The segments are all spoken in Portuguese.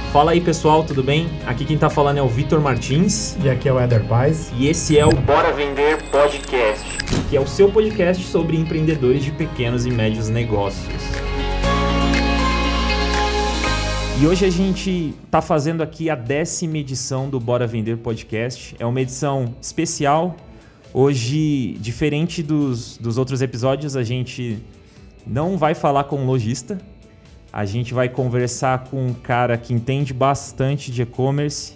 Fala aí pessoal, tudo bem? Aqui quem tá falando é o Vitor Martins. E aqui é o Éder Paz. E esse é o Bora Vender Podcast, que é o seu podcast sobre empreendedores de pequenos e médios negócios. E hoje a gente tá fazendo aqui a 10ª edição do Bora Vender Podcast. É uma edição especial. Hoje, diferente dos outros episódios, a gente não vai falar com um lojista. A gente vai conversar com um cara que entende bastante de e-commerce.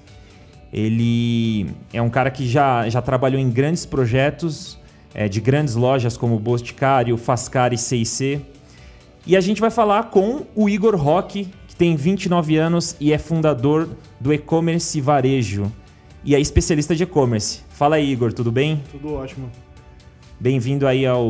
Ele é um cara que já trabalhou em grandes projetos de grandes lojas como Boticário, Fascari e C&C. E a gente vai falar com o Igor Roque, que tem 29 anos e é fundador do E-Commerce Varejo e é especialista de e-commerce. Fala aí, Igor, tudo bem? Tudo ótimo. Bem-vindo aí à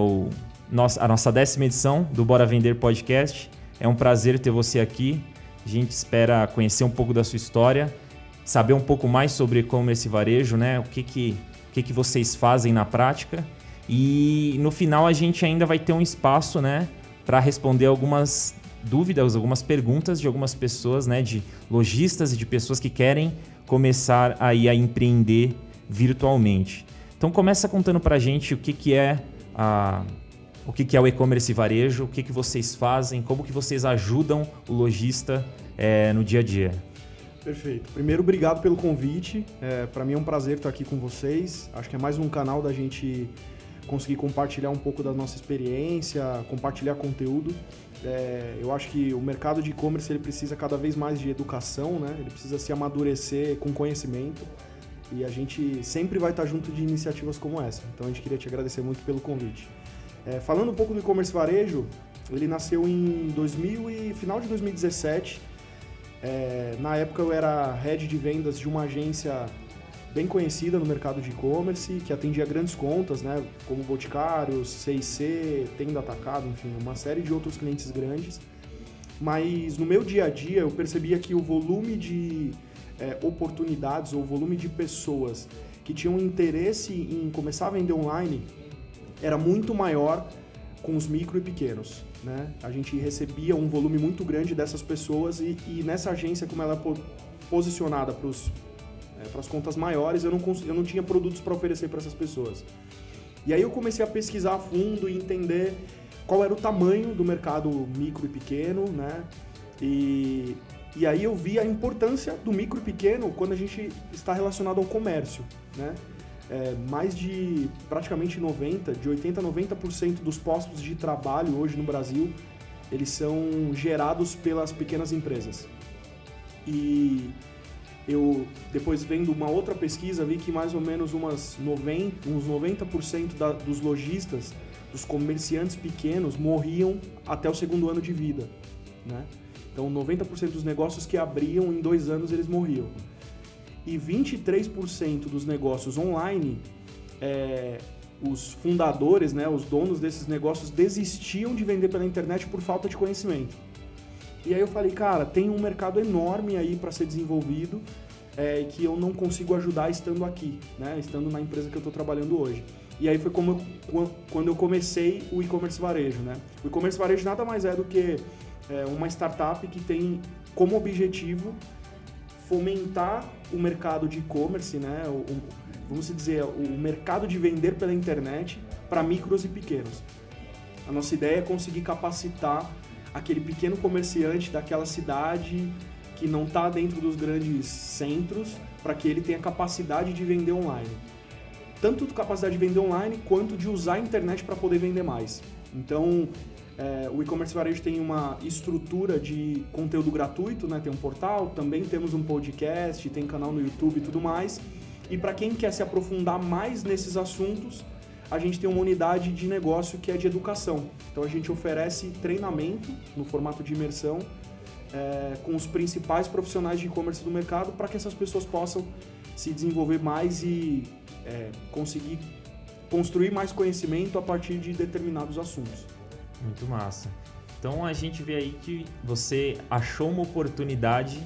nossa 10ª edição do Bora Vender Podcast. É um prazer ter você aqui. A gente espera conhecer um pouco da sua história, saber um pouco mais sobre e-commerce e varejo, né? O que vocês fazem na prática. E no final a gente ainda vai ter um espaço, né, para responder algumas dúvidas, algumas perguntas de algumas pessoas, né, de lojistas e de pessoas que querem começar aí a empreender virtualmente. Então começa contando para a gente o que é o e-commerce e varejo, o que vocês fazem, como que vocês ajudam o lojista no dia a dia. Perfeito. Primeiro, obrigado pelo convite. Para mim é um prazer estar aqui com vocês. Acho que é mais um canal da gente conseguir compartilhar um pouco da nossa experiência, compartilhar conteúdo. Eu acho que o mercado de e-commerce ele precisa cada vez mais de educação, né? Ele precisa se amadurecer com conhecimento e a gente sempre vai estar junto de iniciativas como essa. Então a gente queria te agradecer muito pelo convite. Falando um pouco do e-commerce varejo, ele nasceu em final de 2017. Na época eu era head de vendas de uma agência bem conhecida no mercado de e-commerce, que atendia grandes contas, né, como Boticário, C&C, Tenda Atacado, enfim, uma série de outros clientes grandes. Mas no meu dia a dia eu percebia que o volume de oportunidades ou o volume de pessoas que tinham interesse em começar a vender online era muito maior com os micro e pequenos, né? A gente recebia um volume muito grande dessas pessoas e nessa agência, como ela é posicionada para as contas maiores, eu não tinha produtos para oferecer para essas pessoas. E aí eu comecei a pesquisar a fundo e entender qual era o tamanho do mercado micro e pequeno, né? E aí eu vi a importância do micro e pequeno quando a gente está relacionado ao comércio, né? Mais de praticamente 80% a 90% dos postos de trabalho hoje no Brasil, eles são gerados pelas pequenas empresas. E eu, depois vendo uma outra pesquisa, vi que mais ou menos uns 90% dos lojistas, dos comerciantes pequenos, morriam até o 2º ano de vida, né? Então 90% dos negócios que abriam em 2 anos, eles morriam. E 23% dos negócios online, os fundadores, né, os donos desses negócios desistiam de vender pela internet por falta de conhecimento. E aí eu falei, cara, tem um mercado enorme aí para ser desenvolvido que eu não consigo ajudar estando aqui, né, estando na empresa que eu estou trabalhando hoje. E aí foi quando eu comecei o e-commerce varejo, né? O e-commerce varejo nada mais é do que uma startup que tem como objetivo fomentar o mercado de e-commerce, né? Vamos dizer, o mercado de vender pela internet para micros e pequenos. A nossa ideia é conseguir capacitar aquele pequeno comerciante daquela cidade que não está dentro dos grandes centros para que ele tenha capacidade de vender online. Tanto capacidade de vender online quanto de usar a internet para poder vender mais. Então, o e-commerce varejo tem uma estrutura de conteúdo gratuito, né? Tem um portal, também temos um podcast, tem canal no YouTube e tudo mais. E para quem quer se aprofundar mais nesses assuntos, a gente tem uma unidade de negócio que é de educação. Então a gente oferece treinamento no formato de imersão com os principais profissionais de e-commerce do mercado para que essas pessoas possam se desenvolver mais e conseguir construir mais conhecimento a partir de determinados assuntos. Muito massa. Então a gente vê aí que você achou uma oportunidade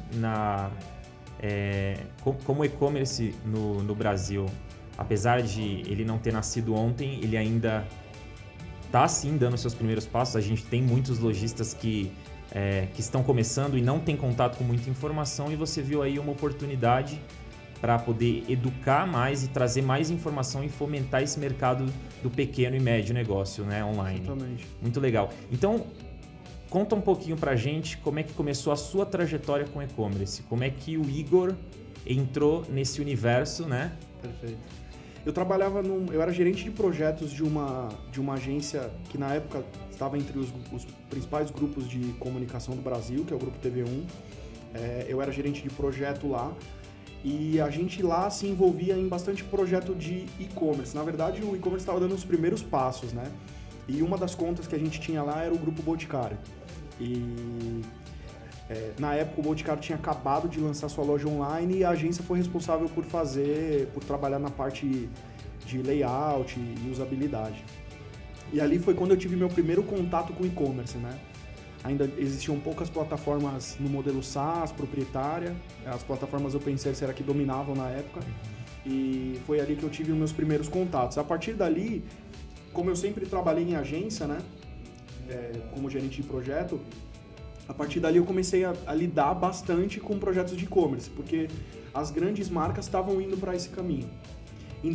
como e-commerce no Brasil. Apesar de ele não ter nascido ontem, ele ainda está sim dando seus primeiros passos. A gente tem muitos lojistas que que estão começando e não têm contato com muita informação, e você viu aí uma oportunidade para poder educar mais e trazer mais informação e fomentar esse mercado do pequeno e médio negócio, né, online. Exatamente. Muito legal. Então, conta um pouquinho pra gente como é que começou a sua trajetória com e-commerce. Como é que o Igor entrou nesse universo, né? Perfeito. Eu era gerente de projetos de uma agência que na época estava entre os principais grupos de comunicação do Brasil, que é o Grupo TV1. Eu era gerente de projeto lá. E a gente lá se envolvia em bastante projeto de e-commerce. Na verdade, o e-commerce estava dando os primeiros passos, né? E uma das contas que a gente tinha lá era o Grupo Boticário. E na época o Boticário tinha acabado de lançar sua loja online e a agência foi responsável por trabalhar na parte de layout e usabilidade. E ali foi quando eu tive meu primeiro contato com e-commerce, né? Ainda existiam poucas plataformas no modelo SaaS, proprietária. As plataformas open source era que dominavam na época. E foi ali que eu tive os meus primeiros contatos. A partir dali, como eu sempre trabalhei em agência, né, como gerente de projeto, a partir dali eu comecei a lidar bastante com projetos de e-commerce, porque as grandes marcas estavam indo para esse caminho. Em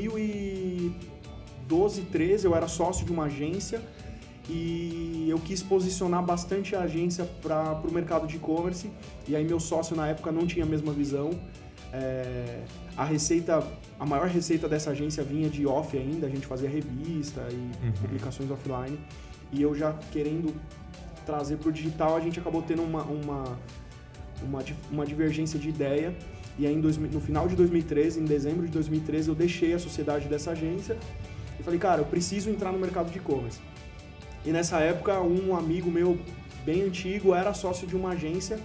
2012, 13, eu era sócio de uma agência e eu quis posicionar bastante a agência para o mercado de e-commerce, e aí meu sócio na época não tinha a mesma visão. A maior receita dessa agência vinha de off ainda, a gente fazia revista e publicações offline, e eu já querendo trazer para o digital, a gente acabou tendo uma divergência de ideia, e aí no final de 2013, em dezembro de 2013, eu deixei a sociedade dessa agência e falei, cara, eu preciso entrar no mercado de e-commerce. E nessa época, um amigo meu bem antigo era sócio de uma agência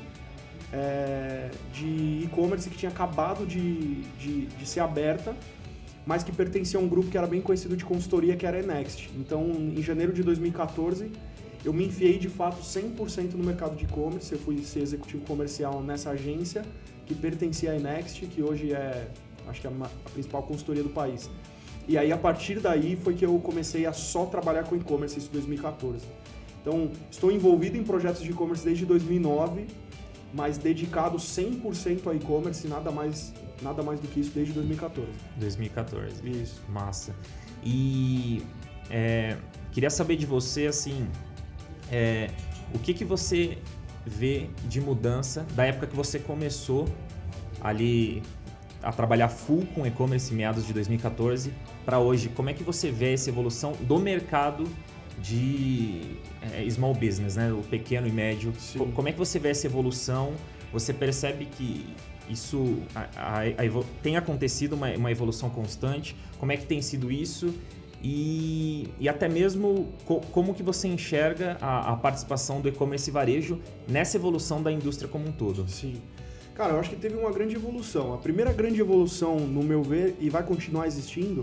de e-commerce que tinha acabado de ser aberta, mas que pertencia a um grupo que era bem conhecido de consultoria, que era a Enext. Então, em janeiro de 2014, eu me enfiei de fato 100% no mercado de e-commerce. Eu fui ser executivo comercial nessa agência que pertencia à Enext, que hoje acho que é a principal consultoria do país. E aí, a partir daí, foi que eu comecei a só trabalhar com e-commerce, isso em 2014. Então, estou envolvido em projetos de e-commerce desde 2009, mas dedicado 100% a e-commerce, nada mais do que isso desde 2014. 2014. Isso. Massa. E queria saber de você, assim, o que você vê de mudança da época que você começou ali a trabalhar full com e-commerce em meados de 2014 para hoje. Como é que você vê essa evolução do mercado de small business, né? O pequeno e médio? Sim. Como é que você vê essa evolução? Você percebe que isso tem acontecido uma evolução constante? Como é que tem sido isso? E até mesmo como que você enxerga a participação do e-commerce varejo nessa evolução da indústria como um todo? Sim. Cara, eu acho que teve uma grande evolução. A primeira grande evolução, no meu ver, e vai continuar existindo,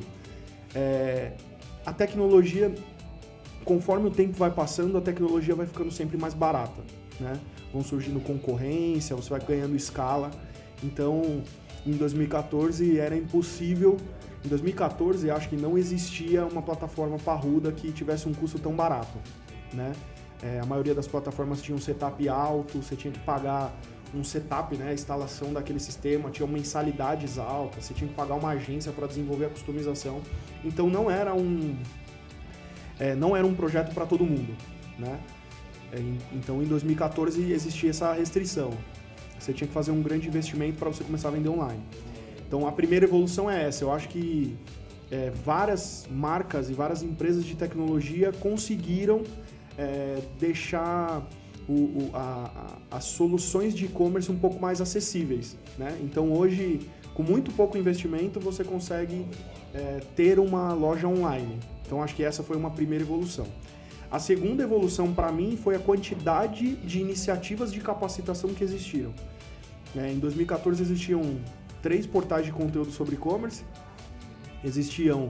a tecnologia, conforme o tempo vai passando, a tecnologia vai ficando sempre mais barata, né? Vão surgindo concorrência, você vai ganhando escala. Então, em 2014 era impossível. Em 2014, acho que não existia uma plataforma parruda que tivesse um custo tão barato, né? A maioria das plataformas tinha um setup alto, você tinha que pagar um setup, né, a instalação daquele sistema, tinha mensalidades altas, você tinha que pagar uma agência para desenvolver a customização. Então não era um projeto para todo mundo, né? Então em 2014 existia essa restrição. Você tinha que fazer um grande investimento para você começar a vender online. Então a primeira evolução é essa. Eu acho que várias marcas e várias empresas de tecnologia conseguiram deixar as soluções de e-commerce um pouco mais acessíveis, né? Então hoje, com muito pouco investimento, você consegue ter uma loja online. Então acho que essa foi uma primeira evolução. A segunda evolução para mim foi a quantidade de iniciativas de capacitação que existiram. Em 2014 existiam 3 portais de conteúdo sobre e-commerce, existiam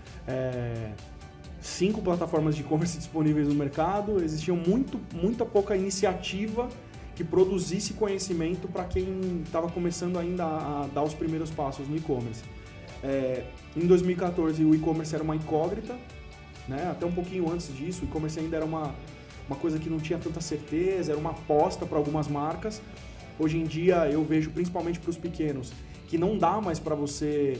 5 plataformas de e-commerce disponíveis no mercado, existia muita pouca iniciativa que produzisse conhecimento para quem estava começando ainda a dar os primeiros passos no e-commerce. Em 2014 o e-commerce era uma incógnita, né? Até um pouquinho antes disso, o e-commerce ainda era uma uma coisa que não tinha tanta certeza, era uma aposta para algumas marcas. Hoje em dia eu vejo, principalmente para os pequenos, que não dá mais para você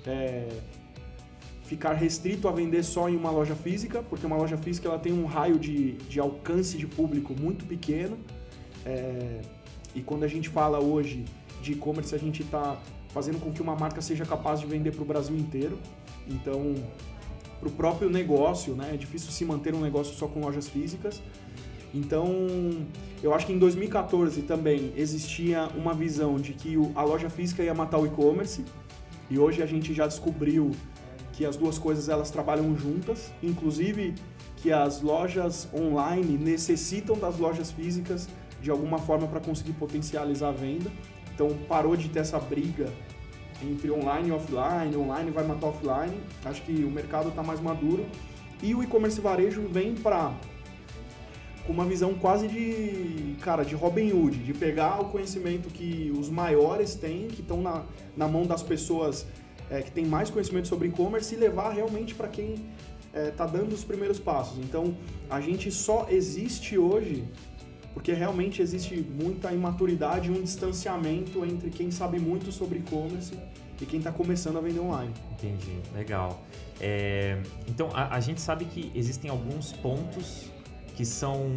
ficar restrito a vender só em uma loja física, porque uma loja física ela tem um raio de alcance de público muito pequeno. E quando a gente fala hoje de e-commerce, a gente está fazendo com que uma marca seja capaz de vender para o Brasil inteiro. Então, para o próprio negócio, né, é difícil se manter um negócio só com lojas físicas. Então, eu acho que em 2014 também existia uma visão de que a loja física ia matar o e-commerce, e hoje a gente já descobriu que as duas coisas elas trabalham juntas, inclusive que as lojas online necessitam das lojas físicas de alguma forma para conseguir potencializar a venda. Então parou de ter essa briga entre online e offline, online vai matar offline. Acho que o mercado está mais maduro e o e-commerce varejo vem com uma visão quase de Robin Hood, de pegar o conhecimento que os maiores têm, que estão na mão das pessoas que têm mais conhecimento sobre e-commerce e levar realmente para quem está dando os primeiros passos. Então a gente só existe hoje porque realmente existe muita imaturidade e um distanciamento entre quem sabe muito sobre e-commerce e quem está começando a vender online. Entendi, legal. Então, a gente sabe que existem alguns pontos que são,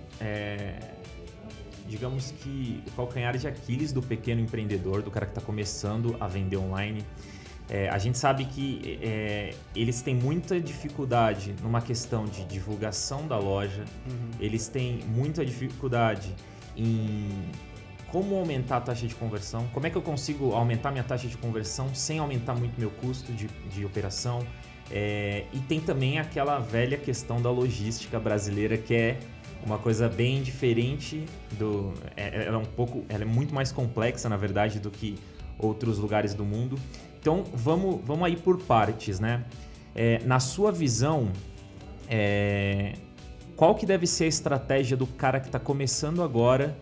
digamos que, o calcanhar de Aquiles do pequeno empreendedor, do cara que está começando a vender online. A gente sabe que eles têm muita dificuldade numa questão de divulgação da loja, eles têm muita dificuldade em como aumentar a taxa de conversão, como é que eu consigo aumentar minha taxa de conversão sem aumentar muito meu custo de operação, e tem também aquela velha questão da logística brasileira que é uma coisa bem diferente, ela é muito mais complexa na verdade do que outros lugares do mundo. Então, vamos aí por partes, né? Na sua visão, qual que deve ser a estratégia do cara que está começando agora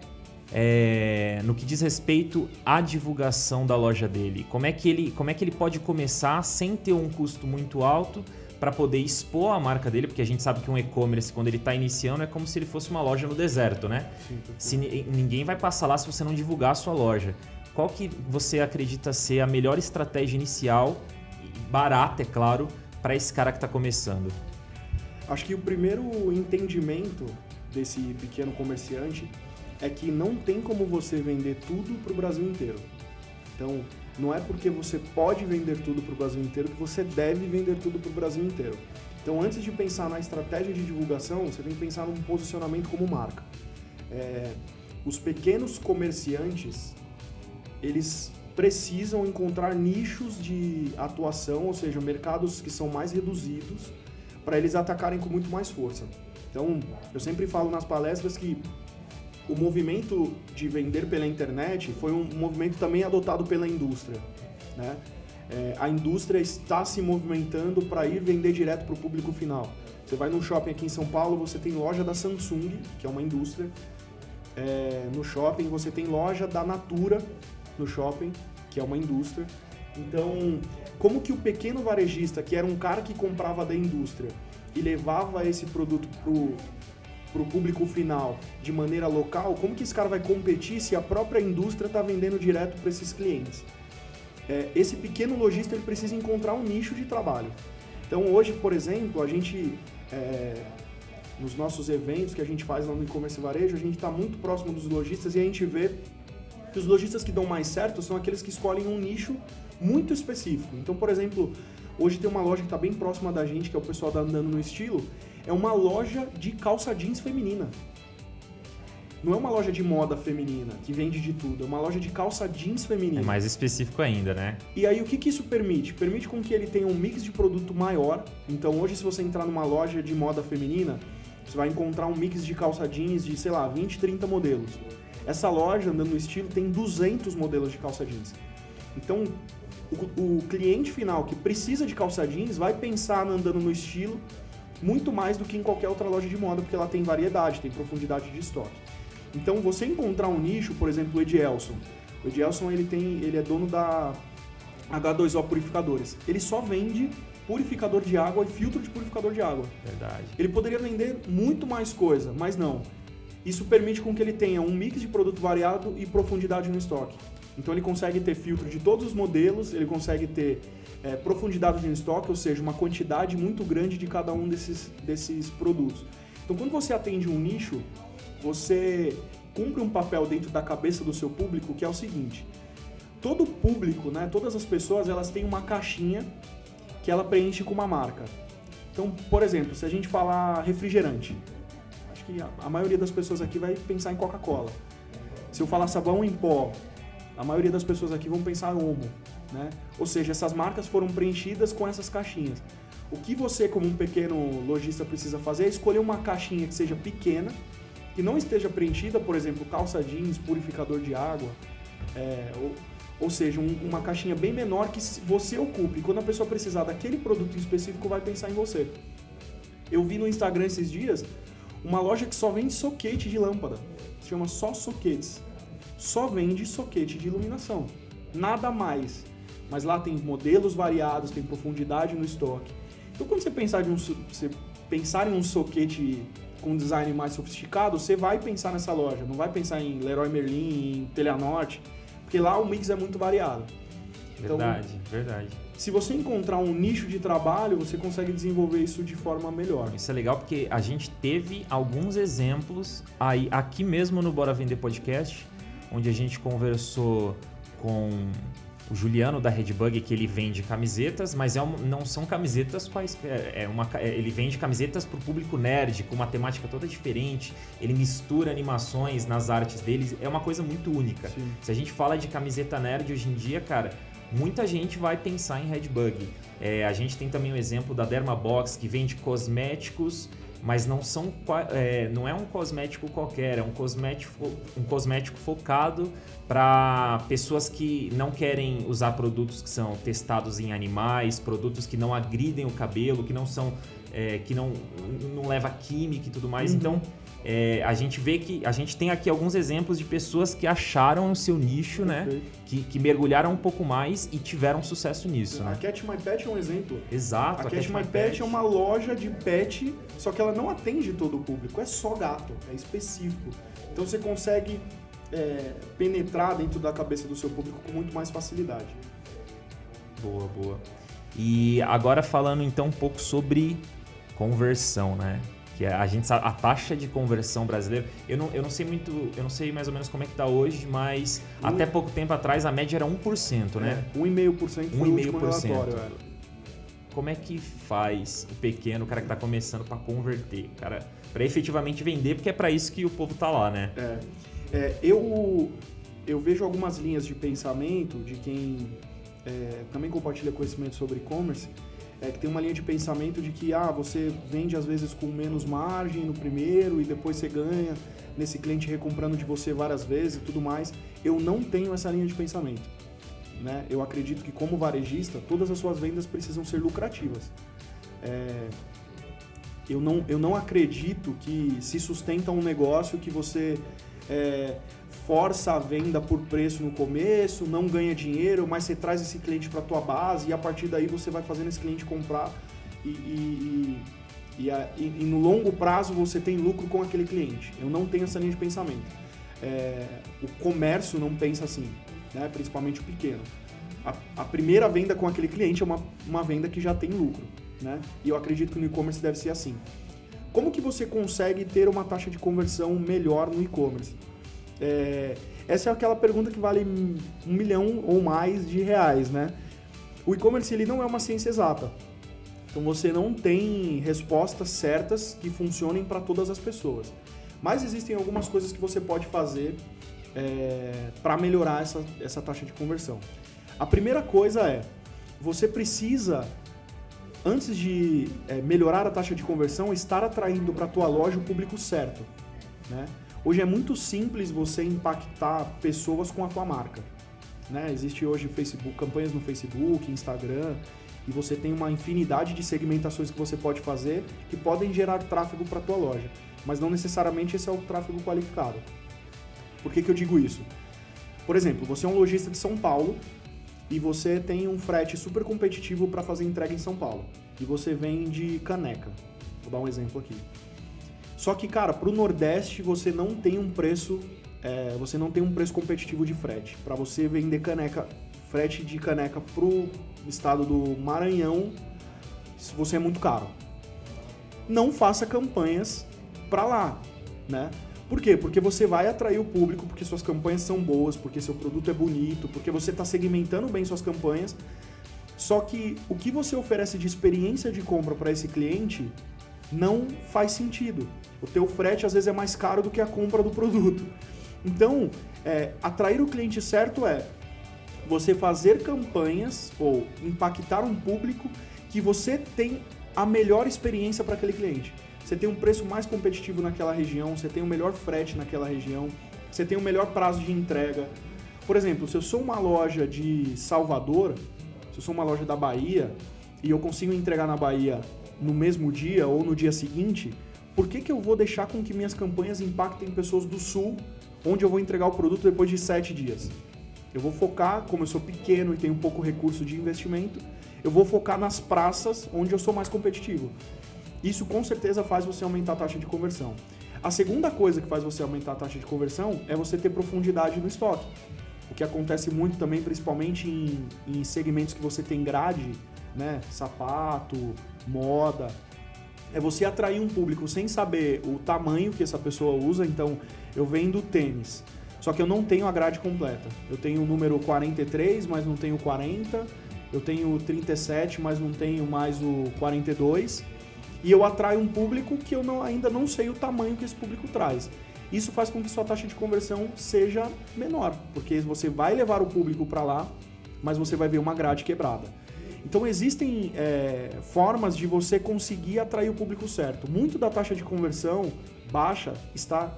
no que diz respeito à divulgação da loja dele? Como é que ele pode começar sem ter um custo muito alto para poder expor a marca dele? Porque a gente sabe que um e-commerce, quando ele está iniciando, é como se ele fosse uma loja no deserto, né? Sim. Ninguém vai passar lá se você não divulgar a sua loja. Qual que você acredita ser a melhor estratégia inicial, barata, é claro, para esse cara que está começando? Acho que o primeiro entendimento desse pequeno comerciante é que não tem como você vender tudo para o Brasil inteiro. Então, não é porque você pode vender tudo para o Brasil inteiro que você deve vender tudo para o Brasil inteiro. Então, antes de pensar na estratégia de divulgação, você tem que pensar num posicionamento como marca. Os pequenos comerciantes, eles precisam encontrar nichos de atuação, ou seja, mercados que são mais reduzidos, para eles atacarem com muito mais força. Então, eu sempre falo nas palestras que o movimento de vender pela internet foi um movimento também adotado pela indústria, né? A indústria está se movimentando para ir vender direto para o público final. Você vai num shopping aqui em São Paulo, você tem loja da Samsung, que é uma indústria. No shopping você tem loja da Natura, no shopping, que é uma indústria. Então, como que o pequeno varejista, que era um cara que comprava da indústria e levava esse produto pro público final de maneira local, como que esse cara vai competir se a própria indústria está vendendo direto para esses clientes? Esse pequeno lojista ele precisa encontrar um nicho de trabalho. Então, hoje, por exemplo, a gente, nos nossos eventos que a gente faz lá no e-commerce varejo, a gente está muito próximo dos lojistas e a gente vê que os lojistas que dão mais certo são aqueles que escolhem um nicho muito específico. Então, por exemplo, hoje tem uma loja que está bem próxima da gente, que é o pessoal da Andando no Estilo, é uma loja de calça jeans feminina. Não é uma loja de moda feminina, que vende de tudo, é uma loja de calça jeans feminina. É mais específico ainda, né? E aí, o que isso permite? Permite com que ele tenha um mix de produto maior. Então, hoje, se você entrar numa loja de moda feminina, você vai encontrar um mix de calça jeans de, 20, 30 modelos. Essa loja, Andando no Estilo, tem 200 modelos de calça jeans. Então, o cliente final que precisa de calça jeans vai pensar no Andando no Estilo muito mais do que em qualquer outra loja de moda, porque ela tem variedade, tem profundidade de estoque. Então, você encontrar um nicho, por exemplo, o Edielson. O Edielson, ele é dono da H2O Purificadores. Ele só vende purificador de água e filtro de purificador de água. Verdade. Ele poderia vender muito mais coisa, mas não. Isso permite com que ele tenha um mix de produto variado e profundidade no estoque. Então ele consegue ter filtro de todos os modelos, ele consegue ter profundidade no estoque, ou seja, uma quantidade muito grande de cada um desses produtos. Então quando você atende um nicho, você cumpre um papel dentro da cabeça do seu público, que é o seguinte: todo público, né, todas as pessoas, elas têm uma caixinha que ela preenche com uma marca. Então, por exemplo, se a gente falar refrigerante, acho que a maioria das pessoas aqui vai pensar em Coca-Cola. Se eu falar sabão em pó, a maioria das pessoas aqui vão pensar em Omo, né? Ou seja, essas marcas foram preenchidas com essas caixinhas. O que você, como um pequeno lojista, precisa fazer é escolher uma caixinha que seja pequena, que não esteja preenchida, por exemplo, calça jeans, purificador de água, ou seja, uma caixinha bem menor que você ocupe. Quando a pessoa precisar daquele produto em específico, vai pensar em você. Eu vi no Instagram esses dias uma loja que só vende soquete de lâmpada. Se chama Só Soquetes. Só vende soquete de iluminação. Nada mais. Mas lá tem modelos variados, tem profundidade no estoque. Então quando você pensar em um soquete com um design mais sofisticado, você vai pensar nessa loja. Não vai pensar em Leroy Merlin, em Telhanorte, porque lá o mix é muito variado. Verdade, então, verdade. Se você encontrar um nicho de trabalho, você consegue desenvolver isso de forma melhor. Isso é legal porque a gente teve alguns exemplos aí, aqui mesmo no Bora Vender Podcast, onde a gente conversou com o Juliano da Redbug, que ele vende camisetas, mas não são camisetas quaisquer. Ele vende camisetas para o público nerd, com uma temática toda diferente. Ele mistura animações nas artes dele. É uma coisa muito única. Sim. Se a gente fala de camiseta nerd hoje em dia, cara, muita gente vai pensar em Redbug. A gente tem também o exemplo da Dermabox, que vende cosméticos, mas não é um cosmético qualquer, é um cosmético focado para pessoas que não querem usar produtos que são testados em animais, produtos que não agridem o cabelo, que não são que não leva química e tudo mais. Uhum. Então a gente vê que a gente tem aqui alguns exemplos de pessoas que acharam o seu nicho, né? Que mergulharam um pouco mais e tiveram sucesso nisso. A né? Cat My Pet é um exemplo. Exato. A Cat My Pet é uma loja de pet, só que ela não atende todo o público, é só gato, é específico. Então você consegue penetrar dentro da cabeça do seu público com muito mais facilidade. Boa, boa. E agora falando então um pouco sobre conversão, né? Que a gente sabe, a taxa de conversão brasileira, eu não sei muito, eu não sei mais ou menos como é que tá hoje, mas até pouco tempo atrás a média era 1%, né? 1,5% foi o último relatório. Como é que faz o pequeno, o cara que tá começando para converter, cara, para efetivamente vender, porque é para isso que o povo tá lá, né? Eu vejo algumas linhas de pensamento de quem também compartilha conhecimento sobre e-commerce, que tem uma linha de pensamento de que você vende às vezes com menos margem no primeiro e depois você ganha nesse cliente recomprando de você várias vezes e tudo mais. Eu não tenho essa linha de pensamento. Né? Eu acredito que como varejista, todas as suas vendas precisam ser lucrativas. Eu não acredito que se sustenta um negócio que você força a venda por preço no começo, não ganha dinheiro, mas você traz esse cliente para a tua base e a partir daí você vai fazendo esse cliente comprar e no longo prazo você tem lucro com aquele cliente. Eu não tenho essa linha de pensamento. O comércio não pensa assim, né? Principalmente o pequeno. A primeira venda com aquele cliente é uma venda que já tem lucro, né? E eu acredito que no e-commerce deve ser assim. Como que você consegue ter uma taxa de conversão melhor no e-commerce? Essa é aquela pergunta que vale 1 milhão ou mais de reais, né? O e-commerce ele não é uma ciência exata. Então você não tem respostas certas que funcionem para todas as pessoas. Mas existem algumas coisas que você pode fazer para melhorar essa taxa de conversão. A primeira coisa você precisa, antes de melhorar a taxa de conversão, estar atraindo para a tua loja o público certo, né? Hoje é muito simples você impactar pessoas com a tua marca, né? Existe hoje campanhas no Facebook, Instagram, e você tem uma infinidade de segmentações que você pode fazer que podem gerar tráfego para a tua loja, mas não necessariamente esse é o tráfego qualificado. Por que eu digo isso? Por exemplo, você é um lojista de São Paulo e você tem um frete super competitivo para fazer entrega em São Paulo. E você vende caneca. Vou dar um exemplo aqui. Só que, cara, pro Nordeste você não tem um preço competitivo de frete. Para você vender caneca, frete de caneca pro estado do Maranhão, você é muito caro. Não faça campanhas para lá, né? Por quê? Porque você vai atrair o público, porque suas campanhas são boas, porque seu produto é bonito, porque você está segmentando bem suas campanhas. Só que o que você oferece de experiência de compra para esse cliente não faz sentido. O teu frete às vezes é mais caro do que a compra do produto. Então, atrair o cliente certo é você fazer campanhas ou impactar um público que você tem a melhor experiência para aquele cliente. Você tem um preço mais competitivo naquela região, você tem o melhor frete naquela região, você tem o melhor prazo de entrega. Por exemplo, se eu sou uma loja de Salvador, se eu sou uma loja da Bahia e eu consigo entregar na Bahia no mesmo dia ou no dia seguinte, por que eu vou deixar com que minhas campanhas impactem pessoas do Sul, onde eu vou entregar o produto depois de 7 dias? Eu vou focar, como eu sou pequeno e tenho pouco recurso de investimento, eu vou focar nas praças onde eu sou mais competitivo. Isso com certeza faz você aumentar a taxa de conversão. A segunda coisa que faz você aumentar a taxa de conversão é você ter profundidade no estoque. O que acontece muito também, principalmente em segmentos que você tem grade, né? Sapato, moda, é você atrair um público sem saber o tamanho que essa pessoa usa. Então, eu vendo tênis, só que eu não tenho a grade completa. Eu tenho o número 43, mas não tenho 40. Eu tenho 37, mas não tenho mais o 42. E eu atraio um público que eu ainda não sei o tamanho que esse público traz. Isso faz com que sua taxa de conversão seja menor, porque você vai levar o público para lá, mas você vai ver uma grade quebrada. Então existem formas de você conseguir atrair o público certo. Muito da taxa de conversão baixa está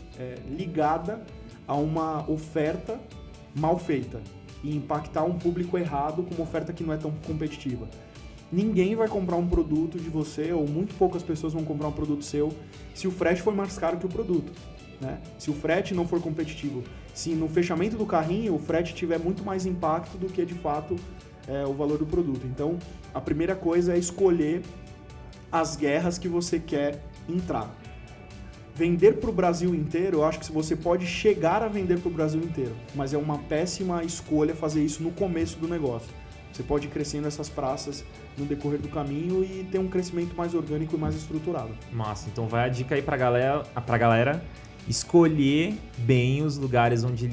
ligada a uma oferta mal feita e impactar um público errado com uma oferta que não é tão competitiva. Ninguém vai comprar um produto de você, ou muito poucas pessoas vão comprar um produto seu, se o frete for mais caro que o produto, né? Se o frete não for competitivo, se no fechamento do carrinho o frete tiver muito mais impacto do que de fato o valor do produto. Então, a primeira coisa é escolher as guerras que você quer entrar. Vender para o Brasil inteiro, eu acho que você pode chegar a vender para o Brasil inteiro, mas é uma péssima escolha fazer isso no começo do negócio. Você pode ir crescendo essas praças no decorrer do caminho e ter um crescimento mais orgânico e mais estruturado. Massa, então vai a dica aí pra galera escolher bem os lugares onde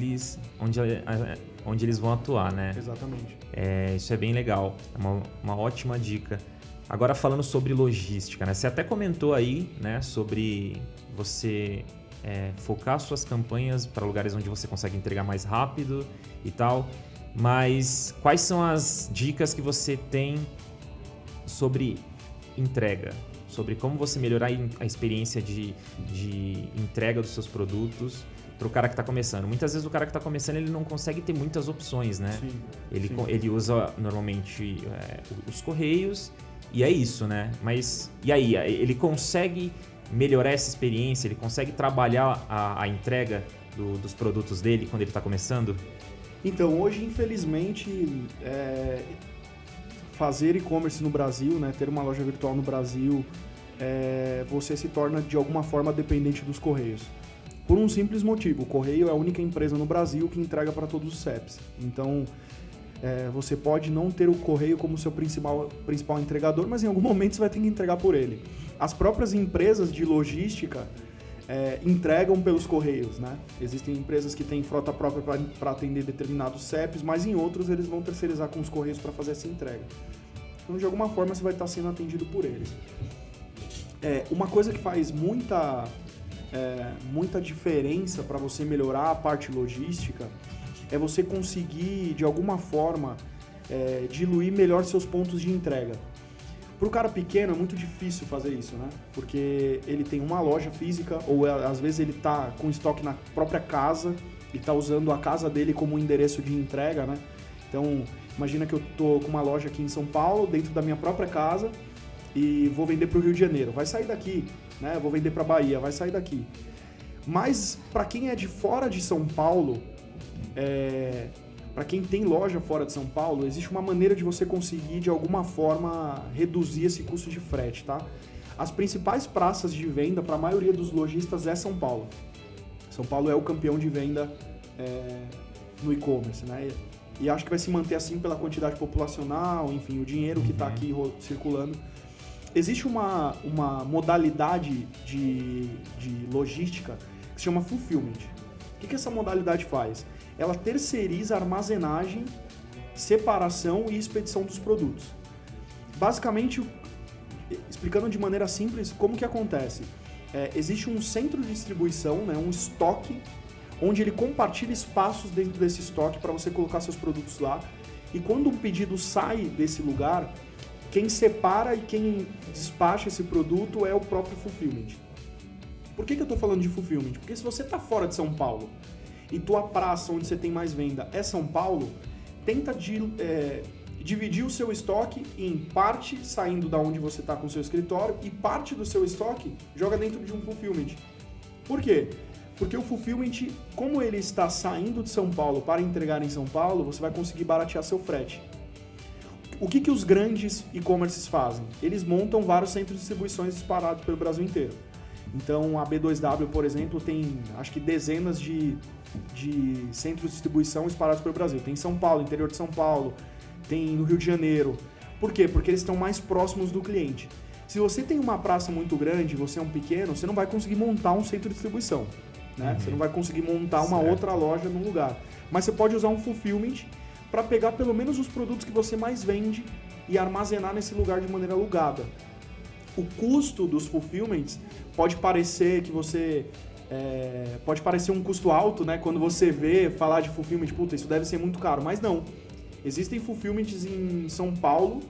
eles vão atuar, né? Exatamente. Isso é bem legal, é uma ótima dica. Agora falando sobre logística, né? Você até comentou aí, né, sobre você focar suas campanhas para lugares onde você consegue entregar mais rápido e tal. Mas quais são as dicas que você tem sobre entrega? Sobre como você melhorar a experiência de entrega dos seus produtos para o cara que está começando. Muitas vezes o cara que está começando ele não consegue ter muitas opções, né? Sim. Ele usa normalmente os correios e é isso, né? Mas e aí? Ele consegue melhorar essa experiência? Ele consegue trabalhar a entrega dos produtos dele quando ele está começando? Então, hoje, infelizmente, fazer e-commerce no Brasil, né, ter uma loja virtual no Brasil, você se torna, de alguma forma, dependente dos Correios. Por um simples motivo, o Correio é a única empresa no Brasil que entrega para todos os CEPs. Então, você pode não ter o Correio como seu principal entregador, mas em algum momento você vai ter que entregar por ele. As próprias empresas de logística entregam pelos Correios, né? Existem empresas que têm frota própria para atender determinados CEPs, mas em outros eles vão terceirizar com os Correios para fazer essa entrega. Então, de alguma forma, você vai estar sendo atendido por eles. Uma coisa que faz muita diferença para você melhorar a parte logística é você conseguir, de alguma forma, diluir melhor seus pontos de entrega. Para o cara pequeno é muito difícil fazer isso, né? Porque ele tem uma loja física ou às vezes ele está com estoque na própria casa e está usando a casa dele como endereço de entrega, né? Então, imagina que eu estou com uma loja aqui em São Paulo, dentro da minha própria casa e vou vender para o Rio de Janeiro. Vai sair daqui, né? Vou vender para a Bahia, vai sair daqui. Mas para quem é de fora de São Paulo, para quem tem loja fora de São Paulo, existe uma maneira de você conseguir, de alguma forma, reduzir esse custo de frete, tá? As principais praças de venda para a maioria dos lojistas é São Paulo. São Paulo é o campeão de venda no e-commerce, né? E acho que vai se manter assim pela quantidade populacional, enfim, o dinheiro que está aqui circulando. Existe uma modalidade de logística que se chama fulfillment. O que essa modalidade faz? Ela terceiriza a armazenagem, separação e expedição dos produtos. Basicamente, explicando de maneira simples, como que acontece? Existe um centro de distribuição, né, um estoque, onde ele compartilha espaços dentro desse estoque para você colocar seus produtos lá. E quando um pedido sai desse lugar, quem separa e quem despacha esse produto é o próprio fulfillment. Por que eu estou falando de fulfillment? Porque se você está fora de São Paulo e tua praça onde você tem mais venda é São Paulo, tenta dividir o seu estoque em parte saindo da onde você está com o seu escritório e parte do seu estoque joga dentro de um fulfillment. Por quê? Porque o fulfillment, como ele está saindo de São Paulo para entregar em São Paulo, você vai conseguir baratear seu frete. O que os grandes e-commerces fazem? Eles montam vários centros de distribuições espalhados pelo Brasil inteiro. Então, a B2W, por exemplo, tem, acho que dezenas de centros de distribuição espalhados pelo Brasil. Tem em São Paulo, interior de São Paulo, tem no Rio de Janeiro. Por quê? Porque eles estão mais próximos do cliente. Se você tem uma praça muito grande, você é um pequeno, você não vai conseguir montar um centro de distribuição. Né? Você não vai conseguir montar uma outra loja no lugar. Mas você pode usar um fulfillment para pegar pelo menos os produtos que você mais vende e armazenar nesse lugar de maneira alugada. O custo dos fulfillments pode parecer que você... pode parecer um custo alto, né? Quando você vê falar de fulfillment, puta, isso deve ser muito caro. Mas não. Existem fulfillments em São Paulo.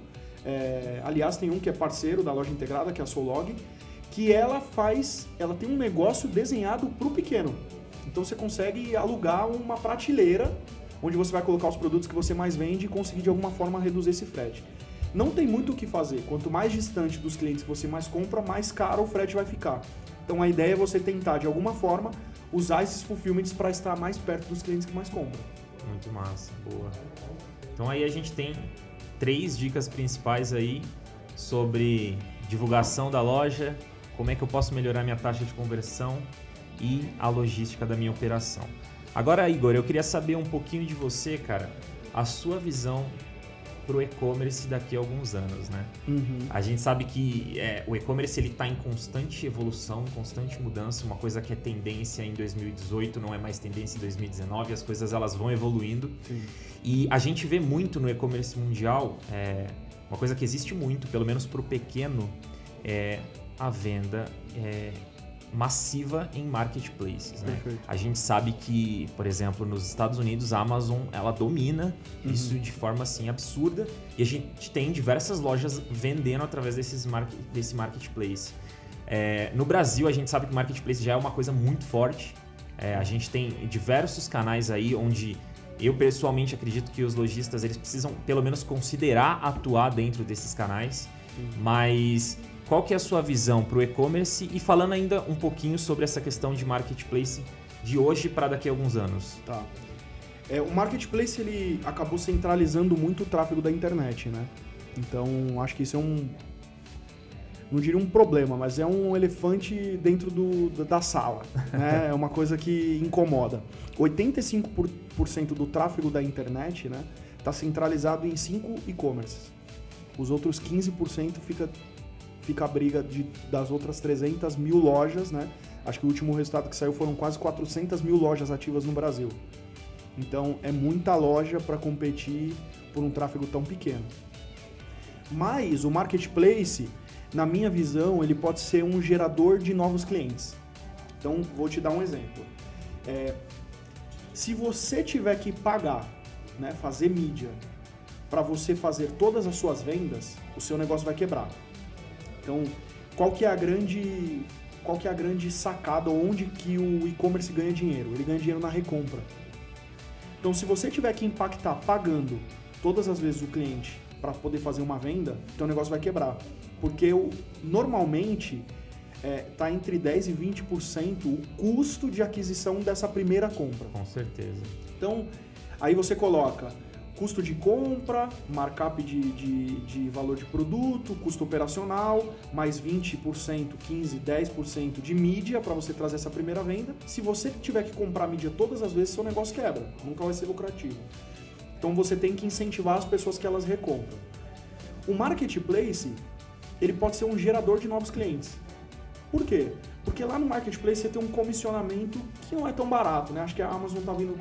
Aliás, tem um que é parceiro da loja integrada, que é a Solog, que ela tem um negócio desenhado para o pequeno. Então você consegue alugar uma prateleira onde você vai colocar os produtos que você mais vende e conseguir de alguma forma reduzir esse frete. Não tem muito o que fazer. Quanto mais distante dos clientes que você mais compra, mais caro o frete vai ficar. Então a ideia é você tentar de alguma forma usar esses fulfillments para estar mais perto dos clientes que mais compram. Muito massa, boa. Então aí a gente tem 3 dicas principais aí sobre divulgação da loja, como é que eu posso melhorar minha taxa de conversão e a logística da minha operação. Agora, Igor, eu queria saber um pouquinho de você, cara, a sua visão para o e-commerce daqui a alguns anos, né? A gente sabe que o e-commerce ele está em constante evolução, constante mudança, uma coisa que é tendência em 2018 não é mais tendência em 2019, as coisas elas vão evoluindo. Sim. E a gente vê muito no e-commerce mundial, uma coisa que existe muito, pelo menos para o pequeno, é a venda massiva em marketplaces, né? A gente sabe que, por exemplo, nos Estados Unidos, a Amazon, ela domina isso de forma assim absurda e a gente tem diversas lojas vendendo através desse marketplace. No Brasil, a gente sabe que o marketplace já é uma coisa muito forte. A gente tem diversos canais aí onde eu pessoalmente acredito que os lojistas eles precisam pelo menos considerar atuar dentro desses canais, mas qual que é a sua visão para o e-commerce e falando ainda um pouquinho sobre essa questão de marketplace de hoje para daqui a alguns anos? Tá. O marketplace ele acabou centralizando muito o tráfego da internet, né? Então acho que isso é não diria um problema, mas é um elefante dentro da sala, né? É uma coisa que incomoda. 85% do tráfego da internet, né, está centralizado em 5 e-commerces. Os outros 15% fica a briga das outras 300 mil lojas, né? Acho que o último resultado que saiu foram quase 400 mil lojas ativas no Brasil. Então, é muita loja para competir por um tráfego tão pequeno. Mas o marketplace, na minha visão, ele pode ser um gerador de novos clientes. Então, vou te dar um exemplo. Se você tiver que pagar, né, fazer mídia, para você fazer todas as suas vendas, o seu negócio vai quebrar. Então, qual que é a grande sacada, onde que o e-commerce ganha dinheiro? Ele ganha dinheiro na recompra. Então, se você tiver que impactar pagando todas as vezes o cliente para poder fazer uma venda, então o negócio vai quebrar. Porque normalmente está entre 10% e 20% o custo de aquisição dessa primeira compra. Com certeza. Então, Aí você coloca custo de compra, markup de valor de produto, custo operacional, mais 20%, 15%, 10% de mídia para você trazer essa primeira venda. Se você tiver que comprar mídia todas as vezes, seu negócio quebra, nunca vai ser lucrativo. Então você tem que incentivar as pessoas que elas recompram. O marketplace, ele pode ser um gerador de novos clientes. Por quê? Porque lá no marketplace você tem um comissionamento que não é tão barato, né? Acho que a Amazon está vindo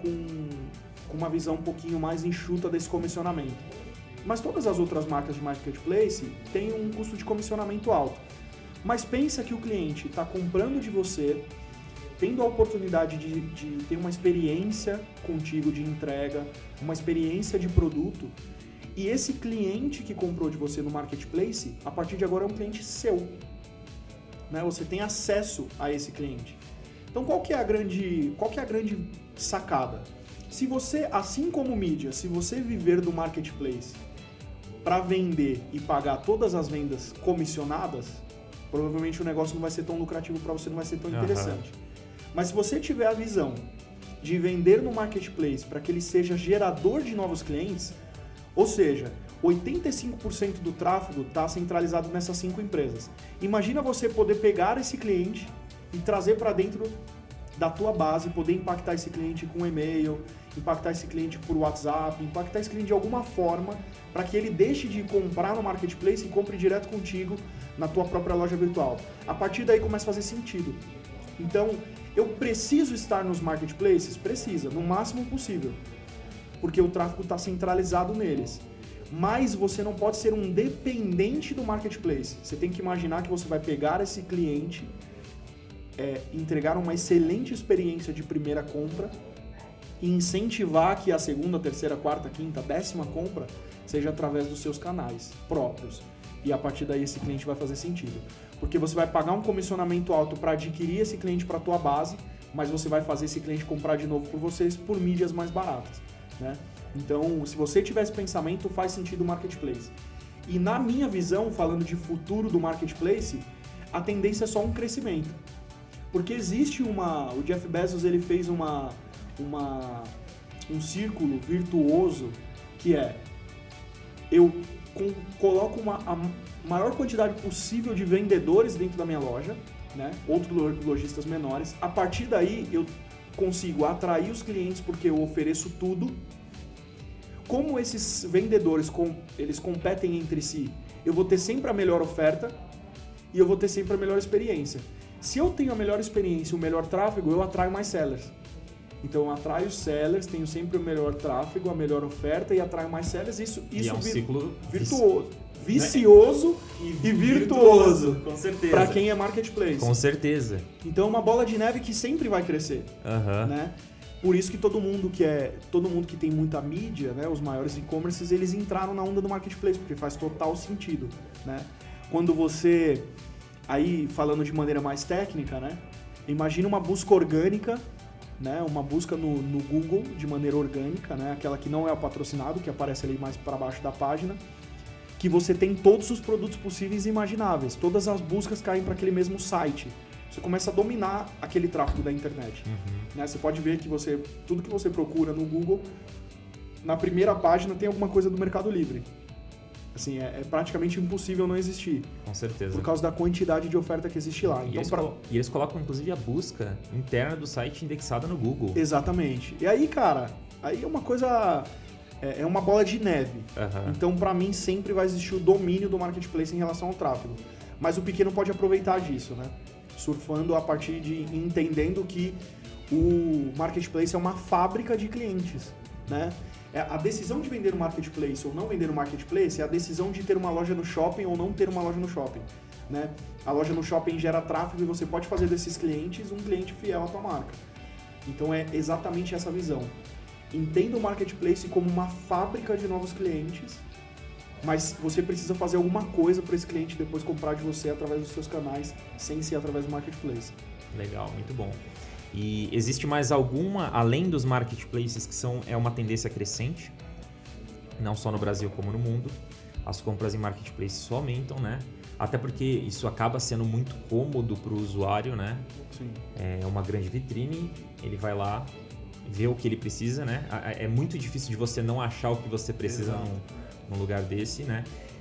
com uma visão um pouquinho mais enxuta desse comissionamento. Mas todas as outras marcas de marketplace têm um custo de comissionamento alto. Mas pensa que o cliente está comprando de você, tendo a oportunidade de ter uma experiência contigo de entrega, uma experiência de produto, e esse cliente que comprou de você no marketplace, a partir de agora é um cliente seu. Né? Você tem acesso a esse cliente. Então qual que é a grande sacada? Se você, assim como mídia, se você viver do marketplace para vender e pagar todas as vendas comissionadas, provavelmente o negócio não vai ser tão lucrativo para você, não vai ser tão interessante. Mas se você tiver a visão de vender no marketplace para que ele seja gerador de novos clientes, ou seja, 85% do tráfego está centralizado nessas 5 empresas. Imagina você poder pegar esse cliente e trazer para dentro da tua base, poder impactar esse cliente com e-mail, impactar esse cliente por WhatsApp, impactar esse cliente de alguma forma para que ele deixe de comprar no marketplace e compre direto contigo na tua própria loja virtual. A partir daí começa a fazer sentido. Então, eu preciso estar nos marketplaces? Precisa, no máximo possível, porque o tráfego está centralizado neles. Mas você não pode ser um dependente do marketplace. Você tem que imaginar que você vai pegar esse cliente, entregar uma excelente experiência de primeira compra e incentivar que a segunda, terceira, quarta, quinta, 10ª compra seja através dos seus canais próprios. E a partir daí esse cliente vai fazer sentido. Porque você vai pagar um comissionamento alto para adquirir esse cliente para a tua base, mas você vai fazer esse cliente comprar de novo por vocês por mídias mais baratas. Né? Então, se você tiver esse pensamento, faz sentido o marketplace. E na minha visão, falando de futuro do marketplace, a tendência é só um crescimento. Porque existe o Jeff Bezos ele fez um círculo virtuoso que é: eu coloco a maior quantidade possível de vendedores dentro da minha loja, né? Outros lojistas menores. A partir daí eu consigo atrair os clientes porque eu ofereço tudo. Como esses vendedores eles competem entre si, eu vou ter sempre a melhor oferta e eu vou ter sempre a melhor experiência. Se eu tenho a melhor experiência e o melhor tráfego, eu atraio mais sellers. Então eu atraio sellers, tenho sempre o melhor tráfego, a melhor oferta e atraio mais sellers. Isso é um ciclo virtuoso. Vicioso e virtuoso. Com certeza. Para quem é marketplace. Com certeza. Então é uma bola de neve que sempre vai crescer. Né? Por isso que todo mundo que tem muita mídia, né, os maiores e-commerces, eles entraram na onda do marketplace, porque faz total sentido. Né? Quando você, aí falando de maneira mais técnica, né, imagina uma busca orgânica, né, uma busca no Google de maneira orgânica, né, aquela que não é o patrocinado, que aparece ali mais para baixo da página, que você tem todos os produtos possíveis e imagináveis, todas as buscas caem para aquele mesmo site. Você começa a dominar aquele tráfego da internet. Né? Você pode ver que tudo que você procura no Google, na primeira página tem alguma coisa do Mercado Livre. Assim, é praticamente impossível não existir. Com certeza. Por causa da quantidade de oferta que existe lá. E eles colocam, inclusive, a busca interna do site indexada no Google. Exatamente. E aí, cara, aí é uma coisa... É uma bola de neve. Então, para mim, sempre vai existir o domínio do marketplace em relação ao tráfego. Mas o pequeno pode aproveitar disso, né? Surfando a partir de entendendo que o marketplace é uma fábrica de clientes, né? A decisão de vender no marketplace ou não vender no marketplace é a decisão de ter uma loja no shopping ou não ter uma loja no shopping, né? A loja no shopping gera tráfego e você pode fazer desses clientes um cliente fiel à tua marca. Então é exatamente essa visão. Entenda o marketplace como uma fábrica de novos clientes, mas você precisa fazer alguma coisa para esse cliente depois comprar de você através dos seus canais, sem ser através do marketplace. Legal, muito bom. E existe mais alguma, além dos marketplaces, que é uma tendência crescente, não só no Brasil como no mundo? As compras em marketplace só aumentam, né? Até porque isso acaba sendo muito cômodo para o usuário, né? Sim. É uma grande vitrine, ele vai lá, vê o que ele precisa, né? É muito difícil de você não achar o que você precisa num lugar desse, né?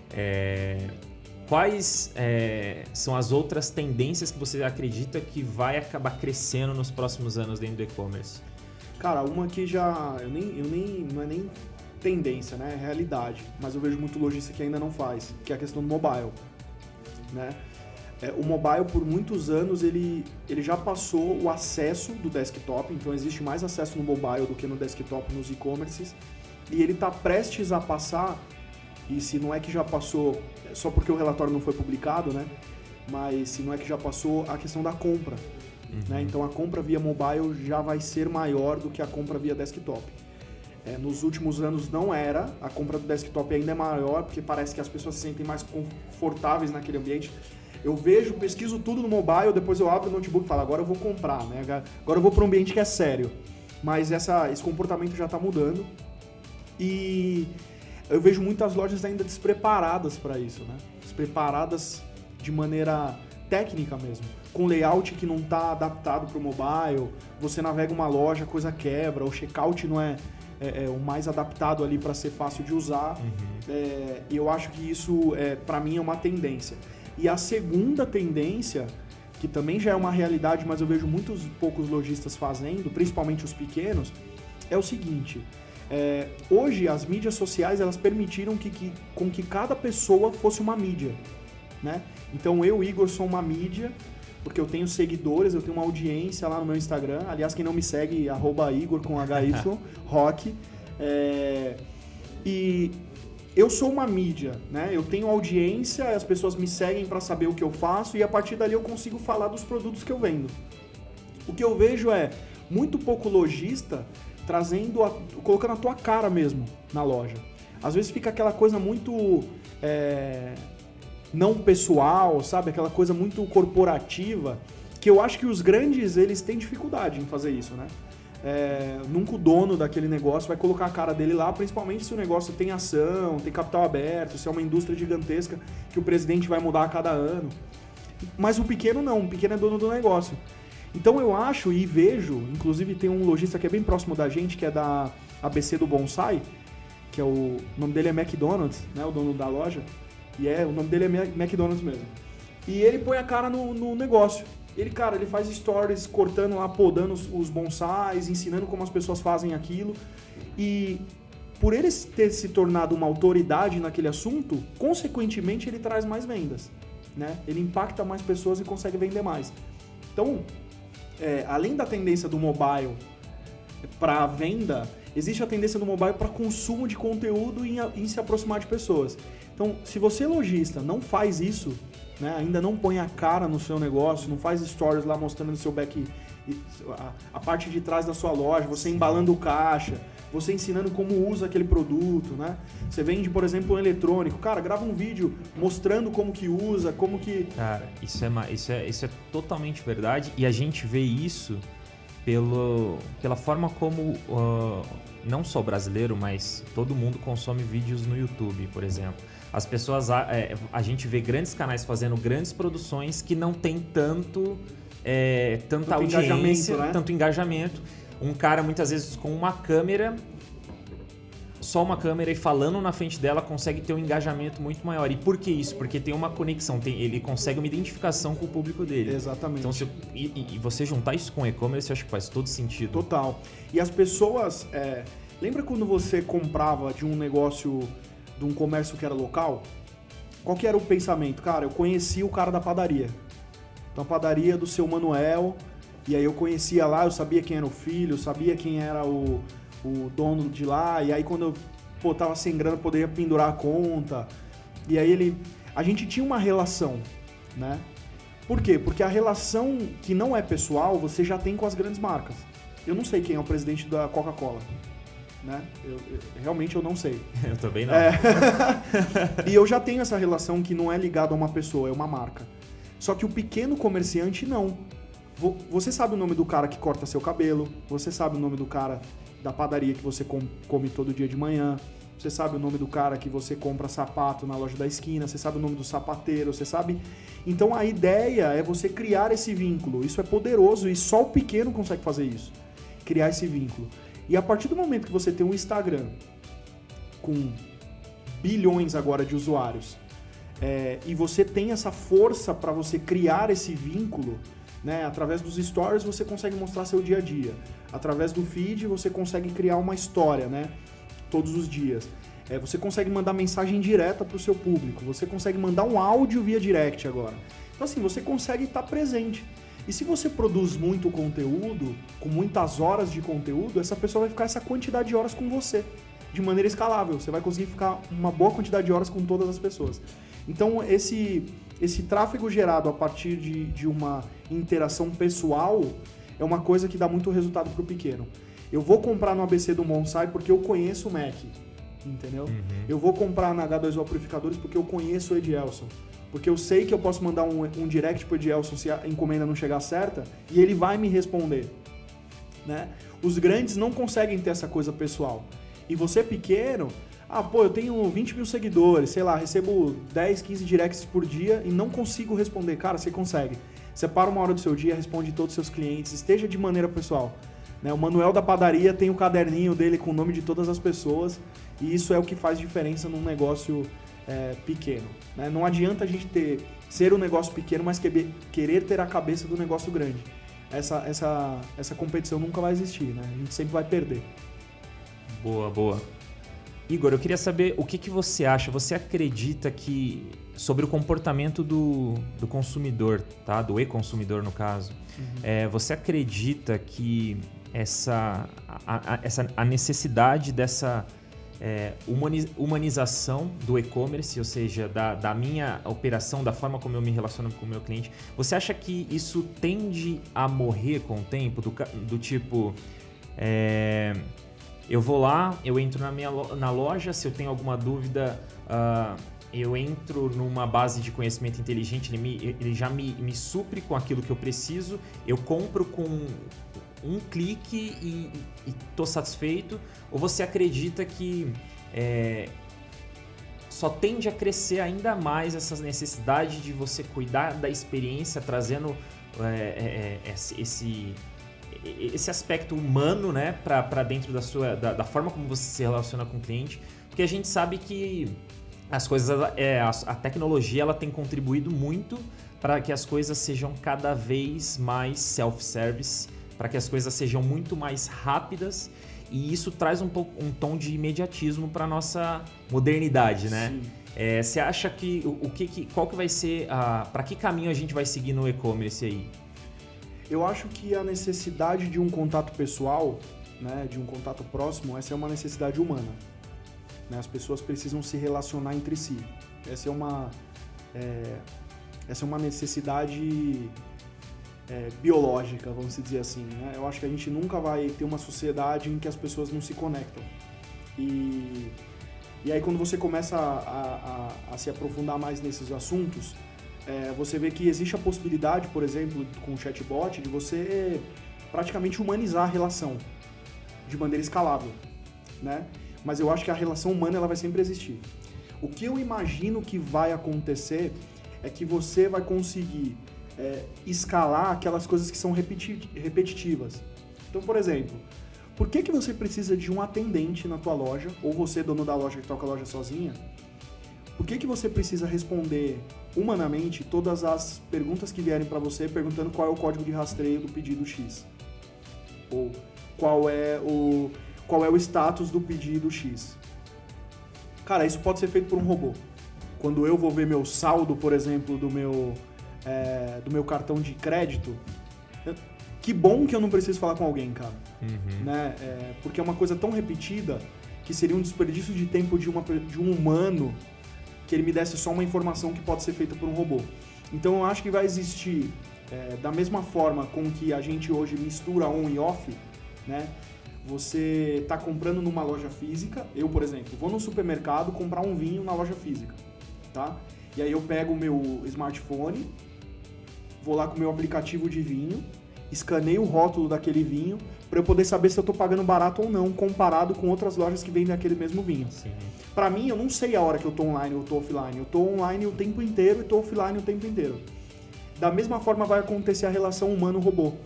Quais são as outras tendências que você acredita que vai acabar crescendo nos próximos anos dentro do e-commerce? Cara, uma que já... não é nem tendência, né? É realidade. Mas eu vejo muito lojista que ainda não faz, que é a questão do mobile, né? O mobile, por muitos anos, ele já passou o acesso do desktop, então existe mais acesso no mobile do que no desktop nos e-commerces, e ele está prestes a passar, e se não é que já passou, só porque o relatório não foi publicado, né? Mas se não é que já passou a questão da compra, né? Então a compra via mobile já vai ser maior do que a compra via desktop. Nos últimos anos não era, a compra do desktop ainda é maior, porque parece que as pessoas se sentem mais confortáveis naquele ambiente. Eu pesquiso tudo no mobile, depois eu abro o notebook e falo, agora eu vou comprar, né? Agora eu vou para um ambiente que é sério. Mas esse comportamento já está mudando. E eu vejo muitas lojas ainda despreparadas para isso, né? Despreparadas de maneira técnica mesmo. Com layout que não está adaptado para o mobile, você navega uma loja, a coisa quebra, o checkout não é o mais adaptado ali para ser fácil de usar. E eu acho que isso, para mim, é uma tendência. E a segunda tendência, que também já é uma realidade, mas eu vejo muitos poucos lojistas fazendo, principalmente os pequenos, é o seguinte: hoje as mídias sociais elas permitiram com que cada pessoa fosse uma mídia, né? Então eu, Igor, sou uma mídia, porque eu tenho seguidores, eu tenho uma audiência lá no meu Instagram. Aliás, quem não me segue, @Igor com HY, rock. E eu sou uma mídia, né? Eu tenho audiência, as pessoas me seguem para saber o que eu faço e a partir dali eu consigo falar dos produtos que eu vendo. O que eu vejo é muito pouco lojista colocando a tua cara mesmo na loja. Às vezes fica aquela coisa muito não pessoal, sabe? Aquela coisa muito corporativa, que eu acho que os grandes, eles têm dificuldade em fazer isso, né? Nunca o dono daquele negócio vai colocar a cara dele lá, principalmente se o negócio tem ação, tem capital aberto, se é uma indústria gigantesca que o presidente vai mudar a cada ano. Mas o pequeno não, o pequeno é dono do negócio. Então eu acho e vejo, inclusive tem um lojista que é bem próximo da gente, que é da ABC do Bonsai, que o nome dele é McDonald's, né, o dono da loja, e o nome dele é McDonald's mesmo. E ele põe a cara no negócio. Ele faz stories cortando lá, podando os bonsais, ensinando como as pessoas fazem aquilo. E por ele ter se tornado uma autoridade naquele assunto, consequentemente ele traz mais vendas, né? Ele impacta mais pessoas e consegue vender mais. Então, além da tendência do mobile para venda, existe a tendência do mobile para consumo de conteúdo e em se aproximar de pessoas. Então, se você, lojista, não faz isso, né, ainda não põe a cara no seu negócio, não faz stories lá mostrando o seu a parte de trás da sua loja, você embalando o caixa, você ensinando como usa aquele produto, né? Você vende, por exemplo, um eletrônico, grava um vídeo mostrando como que usa, como que... Cara, isso é totalmente verdade, e a gente vê isso pela forma como não só o brasileiro, mas todo mundo consome vídeos no YouTube, por exemplo. As pessoas, a gente vê grandes canais fazendo grandes produções que não tem tanta audiência, né? Tanto engajamento. Um cara, muitas vezes, com uma câmera, só uma câmera e falando na frente dela, consegue ter um engajamento muito maior. E por que isso? Porque tem uma conexão, ele consegue uma identificação com o público dele. Exatamente. Então, e você juntar isso com e-commerce, eu acho que faz todo sentido. Total. E as pessoas... lembra quando você comprava de um negócio, de um comércio que era local? Qual que era o pensamento? Eu conheci o cara da padaria. Então, a padaria do seu Manuel, e aí eu conhecia lá, eu sabia quem era o filho, eu sabia quem era o dono de lá, e aí quando eu tava sem grana, eu poderia pendurar a conta. E aí a gente tinha uma relação, né? Por quê? Porque a relação que não é pessoal, você já tem com as grandes marcas. Eu não sei quem é o presidente da Coca-Cola, né? Realmente eu não sei. Eu também não. E eu já tenho essa relação que não é ligada a uma pessoa, é uma marca. Só que o pequeno comerciante não. Você sabe o nome do cara que corta seu cabelo, você sabe o nome do cara da padaria que você come todo dia de manhã, você sabe o nome do cara que você compra sapato na loja da esquina, você sabe o nome do sapateiro, você sabe... Então a ideia é você criar esse vínculo, isso é poderoso e só o pequeno consegue fazer isso. criar esse vínculo. E a partir do momento que você tem um Instagram com bilhões agora de usuários, e você tem essa força para você criar esse vínculo, né? Através dos stories você consegue mostrar seu dia a dia. Através do feed você consegue criar uma história, né? Todos os dias. Você consegue mandar mensagem direta para o seu público. Você consegue mandar um áudio via direct agora. Então assim, você consegue estar presente. E se você produz muito conteúdo, com muitas horas de conteúdo, essa pessoa vai ficar essa quantidade de horas com você, de maneira escalável. Você vai conseguir ficar uma boa quantidade de horas com todas as pessoas. Então esse tráfego gerado a partir de uma interação pessoal é uma coisa que dá muito resultado para o pequeno. Eu vou comprar no ABC do Bonsai porque eu conheço o Mac, entendeu? Uhum. Eu vou comprar na H2O Purificadores porque eu conheço o Edielson. Porque eu sei que eu posso mandar um direct pro Edielson se a encomenda não chegar certa e ele vai me responder, né? Os grandes não conseguem ter essa coisa pessoal. E você pequeno, eu tenho 20 mil seguidores, sei lá, recebo 10, 15 directs por dia e não consigo responder. Cara, você consegue. Separa uma hora do seu dia, responde todos os seus clientes, esteja de maneira pessoal. Né? O Manuel da padaria tem o caderninho dele com o nome de todas as pessoas e isso é o que faz diferença num negócio pequeno. Né? Não adianta a gente ser um negócio pequeno, mas querer ter a cabeça do negócio grande. Essa competição nunca vai existir, né? A gente sempre vai perder. Boa. Igor, eu queria saber o que você acha, você acredita que sobre o comportamento do consumidor, tá? Do e-consumidor no caso, você acredita que a necessidade dessa humanização do e-commerce, ou seja, da minha operação, da forma como eu me relaciono com o meu cliente, você acha que isso tende a morrer com o tempo? Do tipo... eu vou lá, eu entro na loja, se eu tenho alguma dúvida, eu entro numa base de conhecimento inteligente, ele já me supre com aquilo que eu preciso, eu compro com um clique e estou satisfeito? Ou você acredita que só tende a crescer ainda mais essa necessidade de você cuidar da experiência, trazendo esse aspecto humano, né, para dentro da forma como você se relaciona com o cliente? Porque a gente sabe que as coisas, a tecnologia ela tem contribuído muito para que as coisas sejam cada vez mais self-service, para que as coisas sejam muito mais rápidas, e isso traz um tom de imediatismo para a nossa modernidade, né? Você acha que qual que vai ser, para que caminho a gente vai seguir no e-commerce aí? Eu acho que a necessidade de um contato pessoal, né, de um contato próximo, essa é uma necessidade humana. Né? As pessoas precisam se relacionar entre si. Essa é uma necessidade biológica, vamos dizer assim. Né? Eu acho que a gente nunca vai ter uma sociedade em que as pessoas não se conectam. E aí quando você começa a se aprofundar mais nesses assuntos, você vê que existe a possibilidade, por exemplo, com o chatbot, de você praticamente humanizar a relação de maneira escalável, né? Mas eu acho que a relação humana ela vai sempre existir. O que eu imagino que vai acontecer é que você vai conseguir escalar aquelas coisas que são repetitivas. Então, por exemplo, por que você precisa de um atendente na tua loja, ou você, dono da loja que toca a loja sozinha, por que você precisa responder humanamente todas as perguntas que vierem para você perguntando qual é o código de rastreio do pedido X? Ou qual é o status do pedido X? Cara, isso pode ser feito por um robô. Quando eu vou ver meu saldo, por exemplo, do meu cartão de crédito, que bom que eu não preciso falar com alguém, cara. Uhum. Né? Porque é uma coisa tão repetida que seria um desperdício de tempo de um humano que ele me desse só uma informação que pode ser feita por um robô. Então eu acho que vai existir, da mesma forma com que a gente hoje mistura on e off, né? Você está comprando numa loja física, eu, por exemplo, vou no supermercado comprar um vinho na loja física, tá? E aí eu pego o meu smartphone, vou lá com o meu aplicativo de vinho, escaneio o rótulo daquele vinho para eu poder saber se eu estou pagando barato ou não, comparado com outras lojas que vendem aquele mesmo vinho. Para mim, eu não sei a hora que eu estou online ou estou offline. Eu estou online o tempo inteiro e estou offline o tempo inteiro. Da mesma forma vai acontecer a relação humano-robô.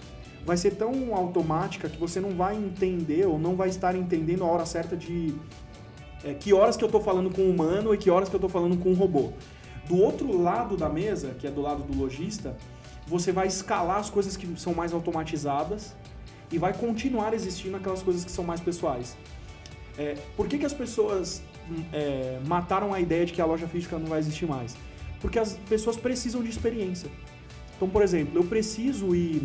vai ser tão automática que você não vai entender ou não vai estar entendendo a hora certa de que horas que eu estou falando com o humano e que horas que eu estou falando com o robô. Do outro lado da mesa, que é do lado do lojista, você vai escalar as coisas que são mais automatizadas e vai continuar existindo aquelas coisas que são mais pessoais. Por que as pessoas mataram a ideia de que a loja física não vai existir mais? Porque as pessoas precisam de experiência. Então, por exemplo, eu preciso ir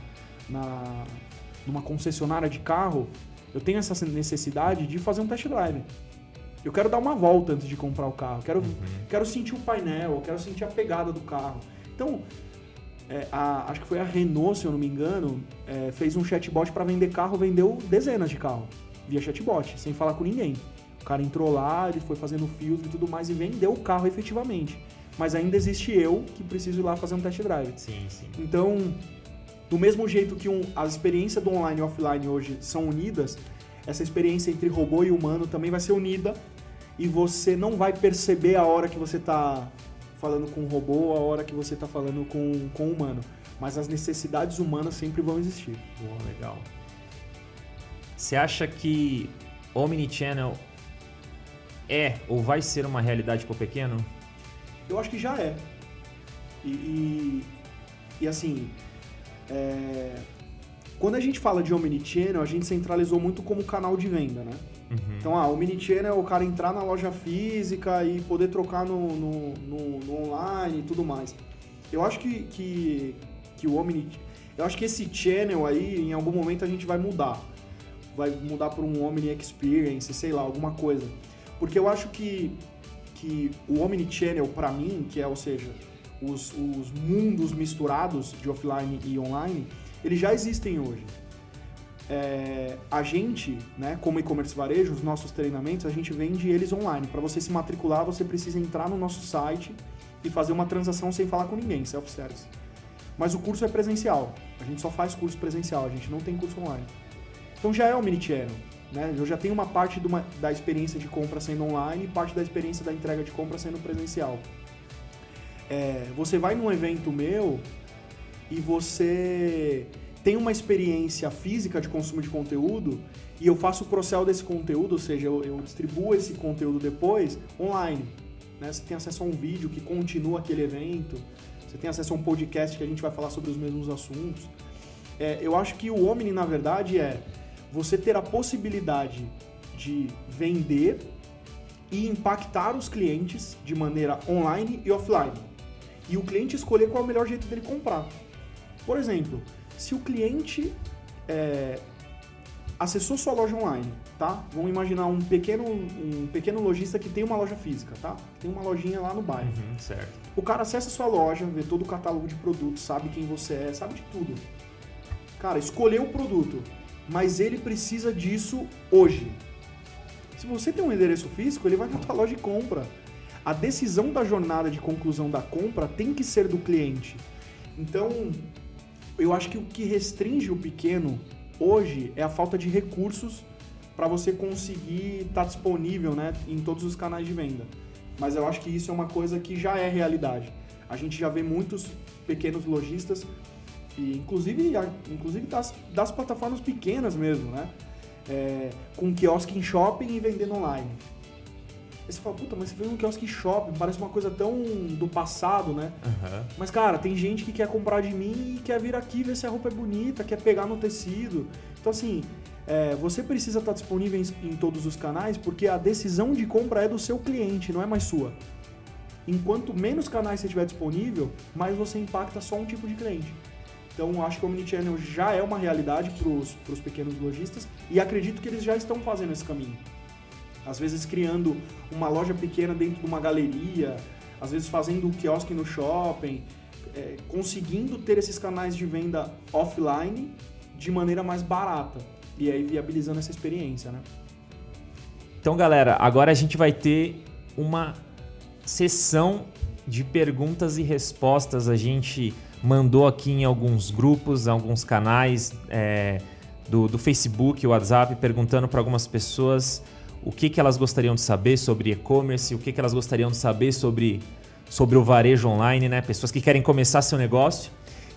numa concessionária de carro, eu tenho essa necessidade de fazer um test drive. Eu quero dar uma volta antes de comprar o carro, quero sentir o painel, eu quero sentir a pegada do carro. Então, acho que foi a Renault, se eu não me engano, fez um chatbot para vender carro, vendeu dezenas de carros via chatbot, sem falar com ninguém. O cara entrou lá, ele foi fazendo filtro e tudo mais e vendeu o carro efetivamente. Mas ainda existe eu que preciso ir lá fazer um test drive. Sim, sim. Então, do mesmo jeito que as experiências do online e offline hoje são unidas, essa experiência entre robô e humano também vai ser unida e você não vai perceber a hora que você está falando com o robô, a hora que você está falando com o humano. Mas as necessidades humanas sempre vão existir. Boa, legal. Você acha que Omnichannel ou vai ser uma realidade para o pequeno? Eu acho que já é. E assim, quando a gente fala de Omnichannel, a gente centralizou muito como canal de venda, né? Uhum. Então, Omnichannel é o cara entrar na loja física e poder trocar no online e tudo mais. Eu acho que o eu acho que esse channel aí, em algum momento a gente vai mudar. Vai mudar para um Omni Experience, sei lá, alguma coisa. Porque eu acho que o Omnichannel, para mim, ou seja, os mundos misturados de offline e online, eles já existem hoje. A gente, né, como e-commerce varejo, os nossos treinamentos, a gente vende eles online. Para você se matricular, você precisa entrar no nosso site e fazer uma transação sem falar com ninguém, self-service. Mas o curso é presencial. A gente só faz curso presencial, a gente não tem curso online. Então já é Omnichannel. Né? Eu já tenho uma parte da experiência de compra sendo online e parte da experiência da entrega de compra sendo presencial. Você vai num evento meu e você tem uma experiência física de consumo de conteúdo e eu faço o cross-sell desse conteúdo, ou seja, eu distribuo esse conteúdo depois online. Né? Você tem acesso a um vídeo que continua aquele evento, você tem acesso a um podcast que a gente vai falar sobre os mesmos assuntos. Eu acho que o Omni, na verdade, você ter a possibilidade de vender e impactar os clientes de maneira online e offline. E o cliente escolher qual é o melhor jeito dele comprar. Por exemplo, se o cliente acessou sua loja online, tá? Vamos imaginar um pequeno lojista que tem uma loja física, tá? Tem uma lojinha lá no bairro. Certo. O cara acessa sua loja, vê todo o catálogo de produtos, sabe quem você é, sabe de tudo. Cara, escolheu o produto. Mas ele precisa disso hoje. Se você tem um endereço físico, ele vai na tua loja e compra. A decisão da jornada de conclusão da compra tem que ser do cliente. Então, eu acho que o que restringe o pequeno hoje é a falta de recursos para você conseguir estar disponível, né, em todos os canais de venda. Mas eu acho que isso é uma coisa que já é realidade. A gente já vê muitos pequenos lojistas e inclusive das plataformas pequenas mesmo, né? Com quiosque em shopping e vendendo online. Aí você fala, puta, mas você fez um quiosque em shopping, parece uma coisa tão do passado, né? Uhum. Mas, cara, tem gente que quer comprar de mim e quer vir aqui ver se a roupa é bonita, quer pegar no tecido. Então, assim, você precisa estar disponível em todos os canais porque a decisão de compra é do seu cliente, não é mais sua. Enquanto menos canais você tiver disponível, mais você impacta só um tipo de cliente. Então, acho que o Omnichannel já é uma realidade para os pequenos lojistas e acredito que eles já estão fazendo esse caminho. Às vezes criando uma loja pequena dentro de uma galeria, às vezes fazendo um quiosque no shopping, conseguindo ter esses canais de venda offline de maneira mais barata e aí viabilizando essa experiência, né? Então, galera, agora a gente vai ter uma sessão de perguntas e respostas. A gente mandou aqui em alguns grupos, alguns canais do Facebook, WhatsApp, perguntando para algumas pessoas o que elas gostariam de saber sobre e-commerce, o que elas gostariam de saber sobre o varejo online, né? Pessoas que querem começar seu negócio.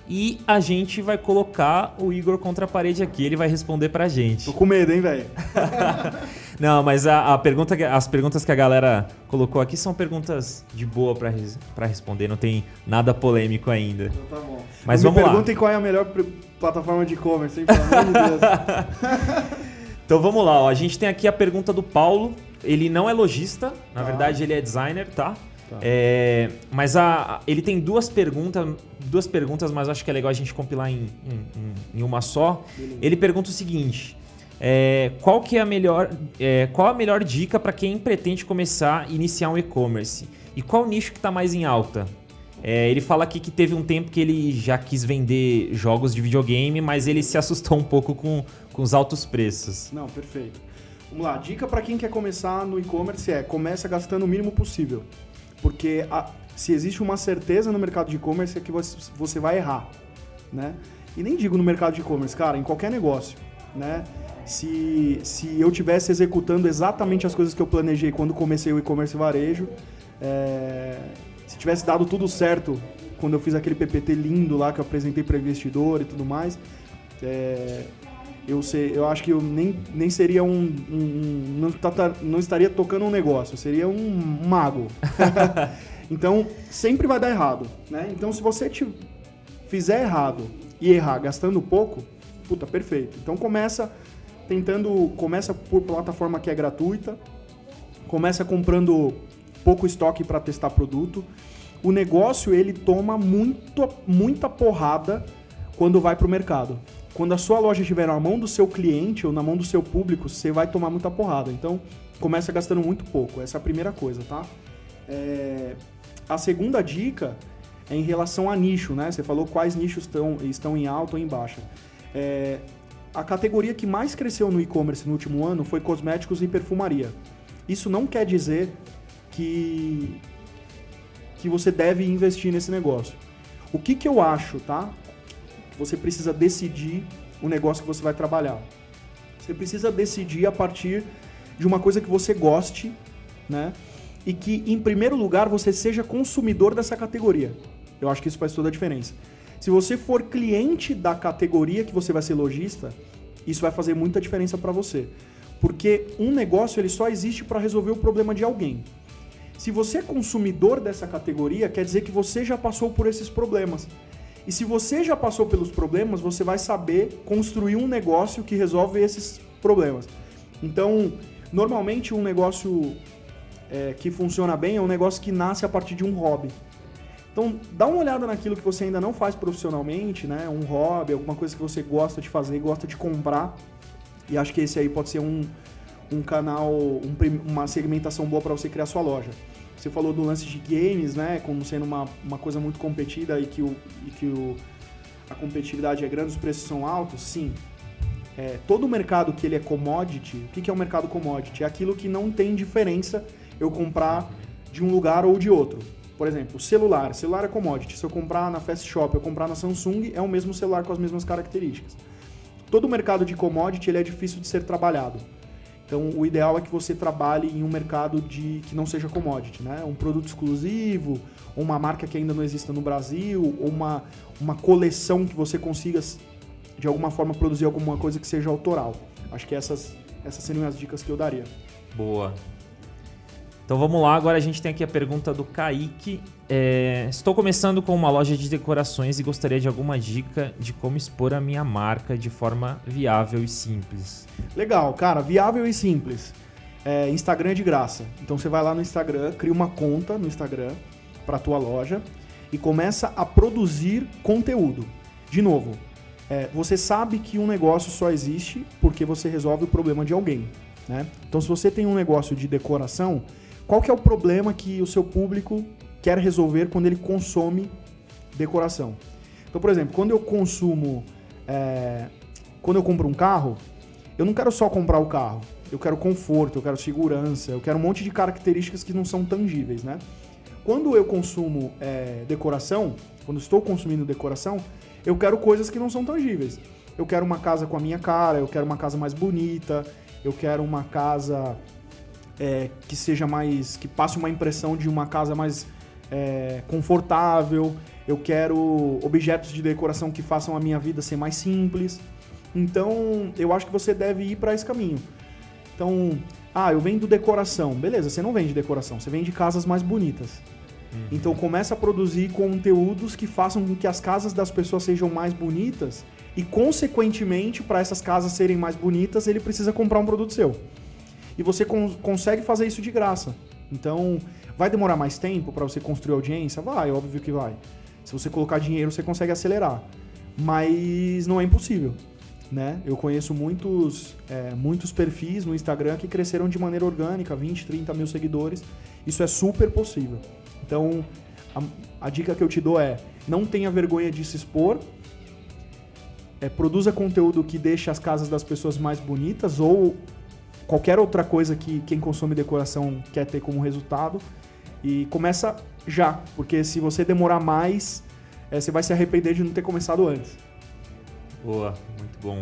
E a gente vai colocar o Igor contra a parede aqui, ele vai responder pra gente. Tô com medo, hein, velho? Não, mas as perguntas que a galera colocou aqui são perguntas de boa pra responder, não tem nada polêmico ainda. Então tá bom. Mas vamos lá. Perguntem qual é a melhor plataforma de e-commerce, hein, pelo amor de Deus. Então vamos lá, ó. A gente tem aqui a pergunta do Paulo. Ele não é lojista, na verdade ele é designer, tá? Mas ele tem duas perguntas, mas acho que é legal a gente compilar em uma só. Beleza. Ele pergunta o seguinte: qual a melhor dica para quem pretende começar e iniciar um e-commerce? E qual nicho que está mais em alta? Ele fala aqui que teve um tempo que ele já quis vender jogos de videogame, mas ele se assustou um pouco com os altos preços. Não, perfeito. Vamos lá, dica para quem quer começar no e-commerce começa gastando o mínimo possível. Porque se existe uma certeza no mercado de e-commerce é que você vai errar, né? E nem digo no mercado de e-commerce, cara, em qualquer negócio, né? Se eu estivesse executando exatamente as coisas que eu planejei quando comecei o e-commerce varejo, se tivesse dado tudo certo quando eu fiz aquele PPT lindo lá que eu apresentei para investidor e tudo mais, eu acho que eu nem seria não estaria tocando um negócio, eu seria um mago. Então, sempre vai dar errado, né? Então, se você fizer errado e errar gastando pouco, puta, perfeito. Então, começa por plataforma que é gratuita, começa comprando pouco estoque para testar produto. O negócio, ele toma muita porrada quando vai para o mercado. Quando a sua loja estiver na mão do seu cliente ou na mão do seu público, você vai tomar muita porrada. Então, começa gastando muito pouco. Essa é a primeira coisa, tá? A segunda dica é em relação a nicho, né? Você falou quais nichos estão em alta ou em baixa. A categoria que mais cresceu no e-commerce no último ano foi cosméticos e perfumaria. Isso não quer dizer que você deve investir nesse negócio. O que eu acho, tá? Você precisa decidir o negócio que você vai trabalhar. Você precisa decidir a partir de uma coisa que você goste, né? E que, em primeiro lugar, você seja consumidor dessa categoria. Eu acho que isso faz toda a diferença. Se você for cliente da categoria que você vai ser lojista, isso vai fazer muita diferença para você. Porque um negócio ele só existe para resolver o problema de alguém. Se você é consumidor dessa categoria, quer dizer que você já passou por esses problemas. E se você já passou pelos problemas, você vai saber construir um negócio que resolve esses problemas. Então, normalmente um negócio que funciona bem é um negócio que nasce a partir de um hobby. Então, dá uma olhada naquilo que você ainda não faz profissionalmente, né? Um hobby, alguma coisa que você gosta de fazer, gosta de comprar. E acho que esse aí pode ser um canal, uma segmentação boa para você criar sua loja. Você falou do lance de games, né? Como sendo uma coisa muito competida e que a competitividade é grande, os preços são altos. Sim. Todo mercado que ele é commodity, o que é um mercado commodity? É aquilo que não tem diferença eu comprar de um lugar ou de outro. Por exemplo, celular é commodity. Se eu comprar na Fast Shop, eu comprar na Samsung, é o mesmo celular com as mesmas características. Todo mercado de commodity ele é difícil de ser trabalhado. Então, o ideal é que você trabalhe em um mercado que não seja commodity, né? Um produto exclusivo, ou uma marca que ainda não exista no Brasil, ou uma coleção que você consiga, de alguma forma, produzir alguma coisa que seja autoral. Acho que essas seriam as dicas que eu daria. Boa. Então vamos lá, agora a gente tem aqui a pergunta do Kaique. Estou começando com uma loja de decorações e gostaria de alguma dica de como expor a minha marca de forma viável e simples. Legal, cara, viável e simples. Instagram é de graça. Então você vai lá no Instagram, cria uma conta no Instagram para a tua loja e começa a produzir conteúdo. De novo, você sabe que um negócio só existe porque você resolve o problema de alguém, né? Então se você tem um negócio de decoração, qual que é o problema que o seu público quer resolver quando ele consome decoração? Então, por exemplo, quando eu compro um carro, eu não quero só comprar o carro. Eu quero conforto, eu quero segurança, eu quero um monte de características que não são tangíveis, né? Quando eu consumo decoração, quando estou consumindo decoração, eu quero coisas que não são tangíveis. Eu quero uma casa com a minha cara, eu quero uma casa mais bonita, eu quero uma casa que passe uma impressão de uma casa mais confortável. eu quero objetos de decoração que façam a minha vida ser mais simples. Então, eu acho que você deve ir para esse caminho. Então, eu vendo decoração. Beleza, você não vende decoração, você vende casas mais bonitas. Então, começa a produzir conteúdos que façam com que as casas das pessoas sejam mais bonitas e, consequentemente, para essas casas serem mais bonitas, ele precisa comprar um produto seu. E você consegue fazer isso de graça. Então, vai demorar mais tempo para você construir audiência? Vai, óbvio que vai. Se você colocar dinheiro, você consegue acelerar. Mas não é impossível, né? Eu conheço muitos perfis no Instagram que cresceram de maneira orgânica, 20, 30 mil seguidores. Isso é super possível. Então, a dica que eu te dou é: não tenha vergonha de se expor, produza conteúdo que deixe as casas das pessoas mais bonitas ou qualquer outra coisa que quem consome decoração quer ter como resultado, e começa já, porque se você demorar mais, você vai se arrepender de não ter começado antes. Boa, muito bom.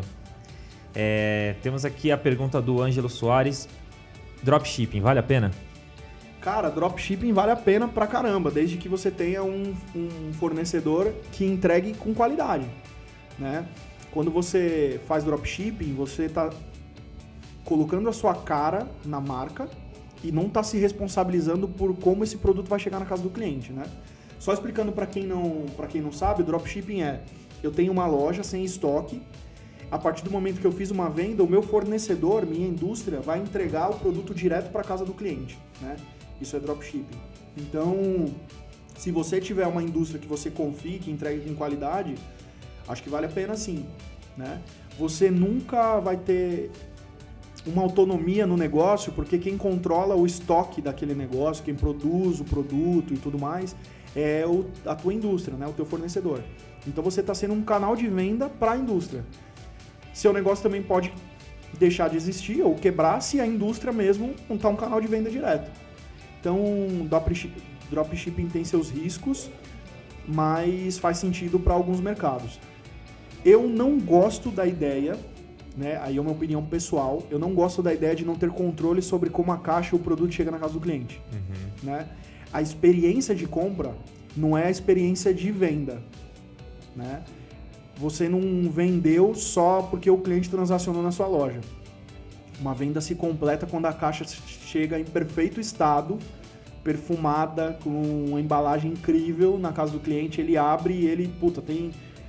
Temos aqui a pergunta do Ângelo Soares: dropshipping, vale a pena? Cara, dropshipping vale a pena pra caramba, desde que você tenha um fornecedor que entregue com qualidade, né? Quando você faz dropshipping, você tá colocando a sua cara na marca e não tá se responsabilizando por como esse produto vai chegar na casa do cliente, né? Só explicando para quem não sabe, o dropshipping eu tenho uma loja sem estoque. A partir do momento que eu fiz uma venda, o meu fornecedor, minha indústria, vai entregar o produto direto para a casa do cliente, né? Isso é dropshipping. Então, se você tiver uma indústria que você confie, que entregue com qualidade, acho que vale a pena sim, né? Você nunca vai ter uma autonomia no negócio, porque quem controla o estoque daquele negócio, quem produz o produto e tudo mais, é a tua indústria, né? O teu fornecedor. Então você está sendo um canal de venda para a indústria. Seu negócio também pode deixar de existir ou quebrar se a indústria mesmo montar um canal de venda direto. Então, dropshipping tem seus riscos, mas faz sentido para alguns mercados. Eu não gosto da ideia, né? Aí é uma opinião pessoal, eu não gosto da ideia de não ter controle sobre como a caixa ou o produto chega na casa do cliente. Né? A experiência de compra não é a experiência de venda, né? Você não vendeu só porque o cliente transacionou na sua loja. Uma venda se completa quando a caixa chega em perfeito estado, perfumada, com uma embalagem incrível na casa do cliente. Ele abre e ele, tem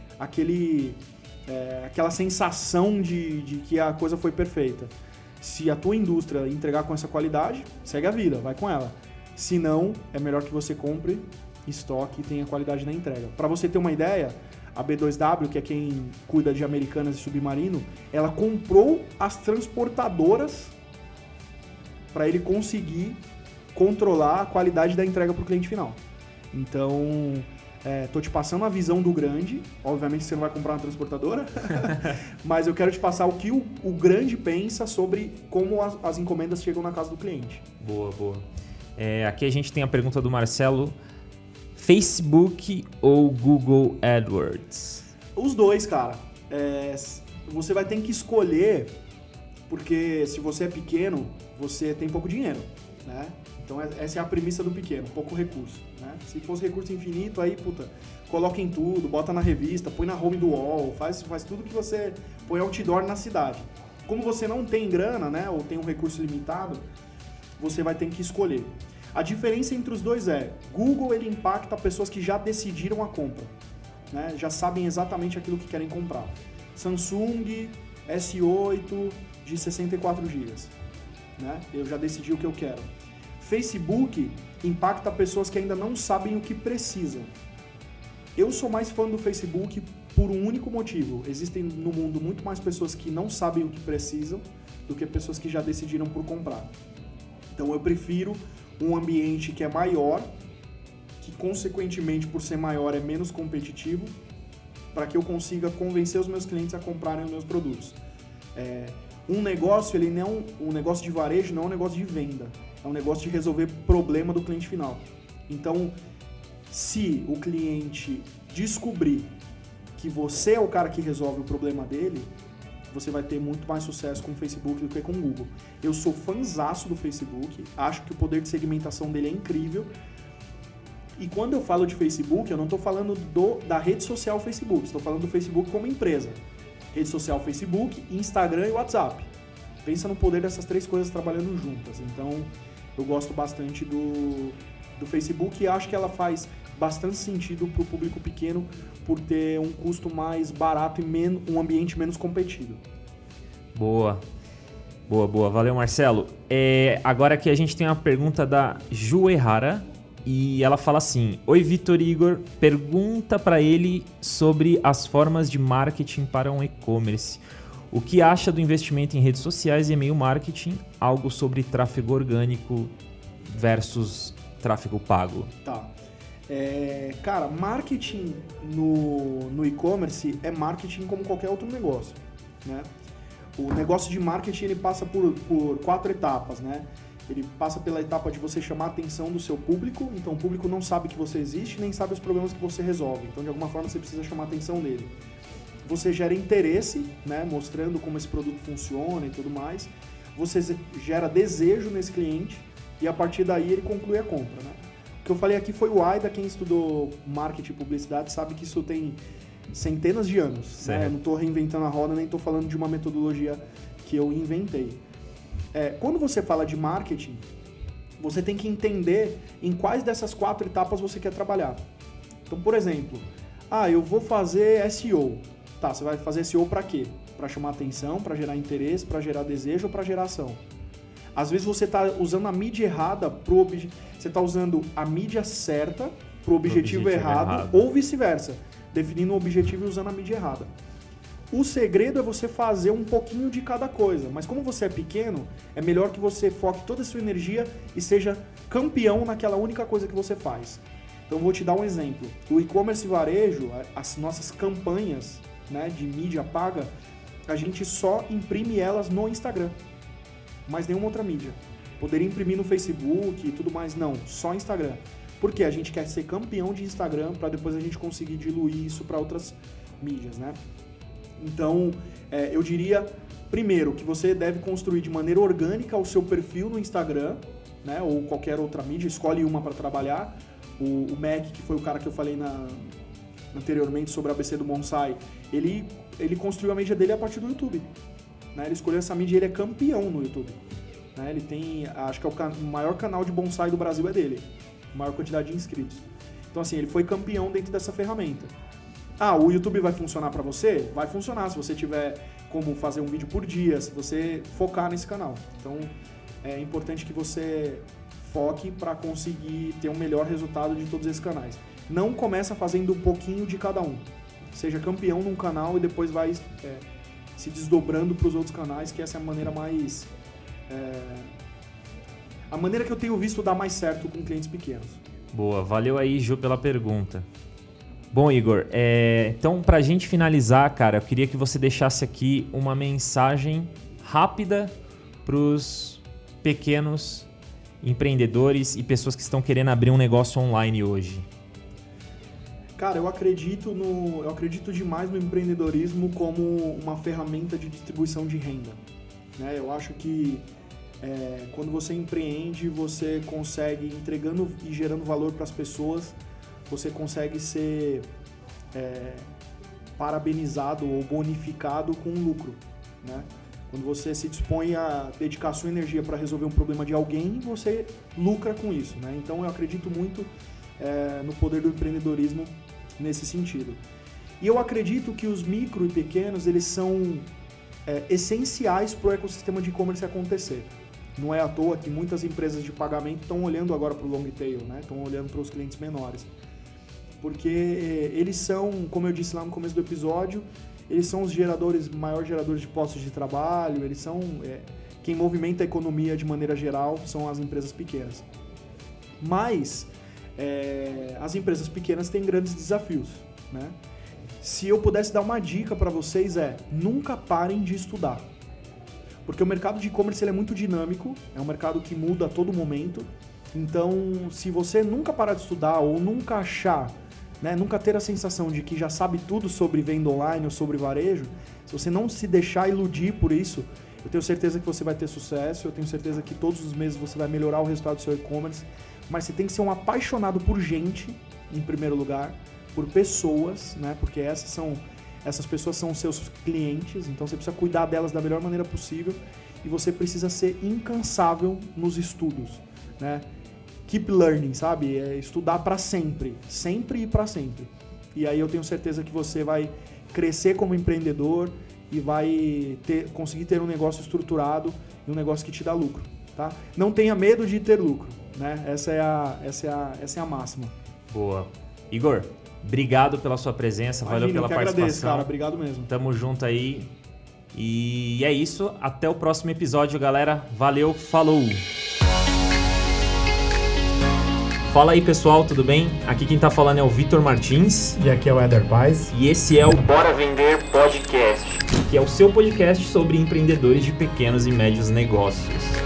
aquela sensação de que a coisa foi perfeita. Se a tua indústria entregar com essa qualidade, segue a vida, vai com ela. Se não, é melhor que você compre, estoque e tenha qualidade na entrega. Para você ter uma ideia, a B2W, que é quem cuida de Americanas e Submarino, ela comprou as transportadoras para ele conseguir controlar a qualidade da entrega para o cliente final. Então, tô te passando a visão do grande. Obviamente você não vai comprar uma transportadora, mas eu quero te passar o que o grande pensa sobre como as encomendas chegam na casa do cliente. Boa, boa. Aqui a gente tem a pergunta do Marcelo: Facebook ou Google AdWords? Os dois, cara. Você vai ter que escolher, porque se você é pequeno, você tem pouco dinheiro, né? Então essa é a premissa do pequeno, pouco recurso, né? Se fosse recurso infinito, aí, coloca em tudo, bota na revista, põe na home do wall, faz tudo que você põe outdoor na cidade. Como você não tem grana, né, ou tem um recurso limitado, você vai ter que escolher. A diferença entre os dois Google, ele impacta pessoas que já decidiram a compra, né? Já sabem exatamente aquilo que querem comprar. Samsung S8 de 64 GB, né? Eu já decidi o que eu quero. Facebook impacta pessoas que ainda não sabem o que precisam. Eu sou mais fã do Facebook por um único motivo. Existem no mundo muito mais pessoas que não sabem o que precisam do que pessoas que já decidiram por comprar. Então eu prefiro um ambiente que é maior, que consequentemente por ser maior é menos competitivo, para que eu consiga convencer os meus clientes a comprarem os meus produtos. Um negócio, um negócio de varejo não é um negócio de venda, é um negócio de resolver problema do cliente final. Então, se o cliente descobrir que você é o cara que resolve o problema dele, você vai ter muito mais sucesso com o Facebook do que com o Google. Eu sou fãzaço do Facebook, acho que o poder de segmentação dele é incrível. E quando eu falo de Facebook, eu não estou falando da rede social Facebook, estou falando do Facebook como empresa. Rede social Facebook, Instagram e WhatsApp. Pensa no poder dessas 3 coisas trabalhando juntas. Então, eu gosto bastante do Facebook e acho que ela faz bastante sentido para o público pequeno por ter um custo mais barato e um ambiente menos competido. Boa. Valeu, Marcelo. Agora aqui a gente tem uma pergunta da Ju Errara e ela fala assim: Oi, Vitor e Igor, pergunta para ele sobre as formas de marketing para um e-commerce. O que acha do investimento em redes sociais e e-mail marketing? Algo sobre tráfego orgânico versus tráfego pago. Tá. Cara, marketing no e-commerce é marketing como qualquer outro negócio, né? O negócio de marketing ele passa por 4 etapas, né? Ele passa pela etapa de você chamar a atenção do seu público, então o público não sabe que você existe, nem sabe os problemas que você resolve, então de alguma forma você precisa chamar a atenção dele. Você gera interesse, né? Mostrando como esse produto funciona e tudo mais, você gera desejo nesse cliente e a partir daí ele conclui a compra, né? O que eu falei aqui foi o AIDA, quem estudou marketing e publicidade sabe que isso tem centenas de anos, né? Eu não estou reinventando a roda, nem estou falando de uma metodologia que eu inventei. Quando você fala de marketing, você tem que entender em quais dessas 4 etapas você quer trabalhar. Então, por exemplo, eu vou fazer SEO. Tá, você vai fazer SEO para quê? Para chamar atenção, para gerar interesse, para gerar desejo ou para gerar ação? Às vezes você está usando a mídia errada você está usando a mídia certa para o objetivo errado ou vice-versa, definindo o objetivo e usando a mídia errada. O segredo é você fazer um pouquinho de cada coisa, mas como você é pequeno, é melhor que você foque toda a sua energia e seja campeão naquela única coisa que você faz. Então vou te dar um exemplo. O e-commerce varejo, as nossas campanhas, né, de mídia paga, a gente só imprime elas no Instagram, mas nenhuma outra mídia. Poderia imprimir no Facebook e tudo mais, não, só Instagram. Porque a gente quer ser campeão de Instagram para depois a gente conseguir diluir isso para outras mídias, né? Então, eu diria, primeiro, que você deve construir de maneira orgânica o seu perfil no Instagram, né, ou qualquer outra mídia, escolhe uma para trabalhar. O Mac, que foi o cara que eu falei anteriormente sobre a ABC do Bonsai, ele construiu a mídia dele a partir do YouTube. Né? Ele escolheu essa mídia e ele é campeão no YouTube. Né? Ele tem, acho que o maior canal de bonsai do Brasil é dele, a maior quantidade de inscritos. Então assim, ele foi campeão dentro dessa ferramenta. O YouTube vai funcionar para você? Vai funcionar se você tiver como fazer um vídeo por dia, se você focar nesse canal. Então é importante que você foque para conseguir ter um melhor resultado de todos esses canais. Não começa fazendo um pouquinho de cada um. Seja campeão num canal e depois vai se desdobrando para os outros canais, que essa é a maneira mais... a maneira que eu tenho visto dar mais certo com clientes pequenos. Boa, valeu aí, Ju, pela pergunta. Bom, Igor, então pra gente finalizar, cara, eu queria que você deixasse aqui uma mensagem rápida pros pequenos empreendedores e pessoas que estão querendo abrir um negócio online hoje. Cara, eu acredito demais no empreendedorismo como uma ferramenta de distribuição de renda. Né? Eu acho que quando você empreende, você consegue, entregando e gerando valor para as pessoas, você consegue ser parabenizado ou bonificado com um lucro. Né? Quando você se dispõe a dedicar sua energia para resolver um problema de alguém, você lucra com isso. Né? Então eu acredito muito no poder do empreendedorismo nesse sentido. E eu acredito que os micro e pequenos, eles são essenciais para o ecossistema de e-commerce acontecer. Não é à toa que muitas empresas de pagamento estão olhando agora para o long tail, né? Estão olhando para os clientes menores. Porque eles são, como eu disse lá no começo do episódio, eles são os maiores geradores de postos de trabalho, eles são quem movimenta a economia de maneira geral, são as empresas pequenas. Mas as empresas pequenas têm grandes desafios, né? Se eu pudesse dar uma dica para vocês nunca parem de estudar. Porque o mercado de e-commerce ele é muito dinâmico, é um mercado que muda a todo momento. Então, se você nunca parar de estudar ou nunca achar, né, nunca ter a sensação de que já sabe tudo sobre venda online ou sobre varejo, se você não se deixar iludir por isso, eu tenho certeza que você vai ter sucesso, eu tenho certeza que todos os meses você vai melhorar o resultado do seu e-commerce, mas você tem que ser um apaixonado por gente, em primeiro lugar, por pessoas, né? Porque essas pessoas são seus clientes, então você precisa cuidar delas da melhor maneira possível e você precisa ser incansável nos estudos, né? Keep learning, sabe? É estudar para sempre e para sempre. E aí eu tenho certeza que você vai crescer como empreendedor e vai conseguir ter um negócio estruturado e um negócio que te dá lucro, tá? Não tenha medo de ter lucro, né? Essa é a máxima. Boa. Igor, obrigado pela sua presença, valeu pela participação. Agradeço, cara. Obrigado mesmo. Tamo junto aí. E é isso. Até o próximo episódio, galera. Valeu, falou! Fala aí, pessoal, tudo bem? Aqui quem tá falando é o Vitor Martins. E aqui é o Éder Paz. E esse é o Bora Vender Podcast, que é o seu podcast sobre empreendedores de pequenos e médios negócios.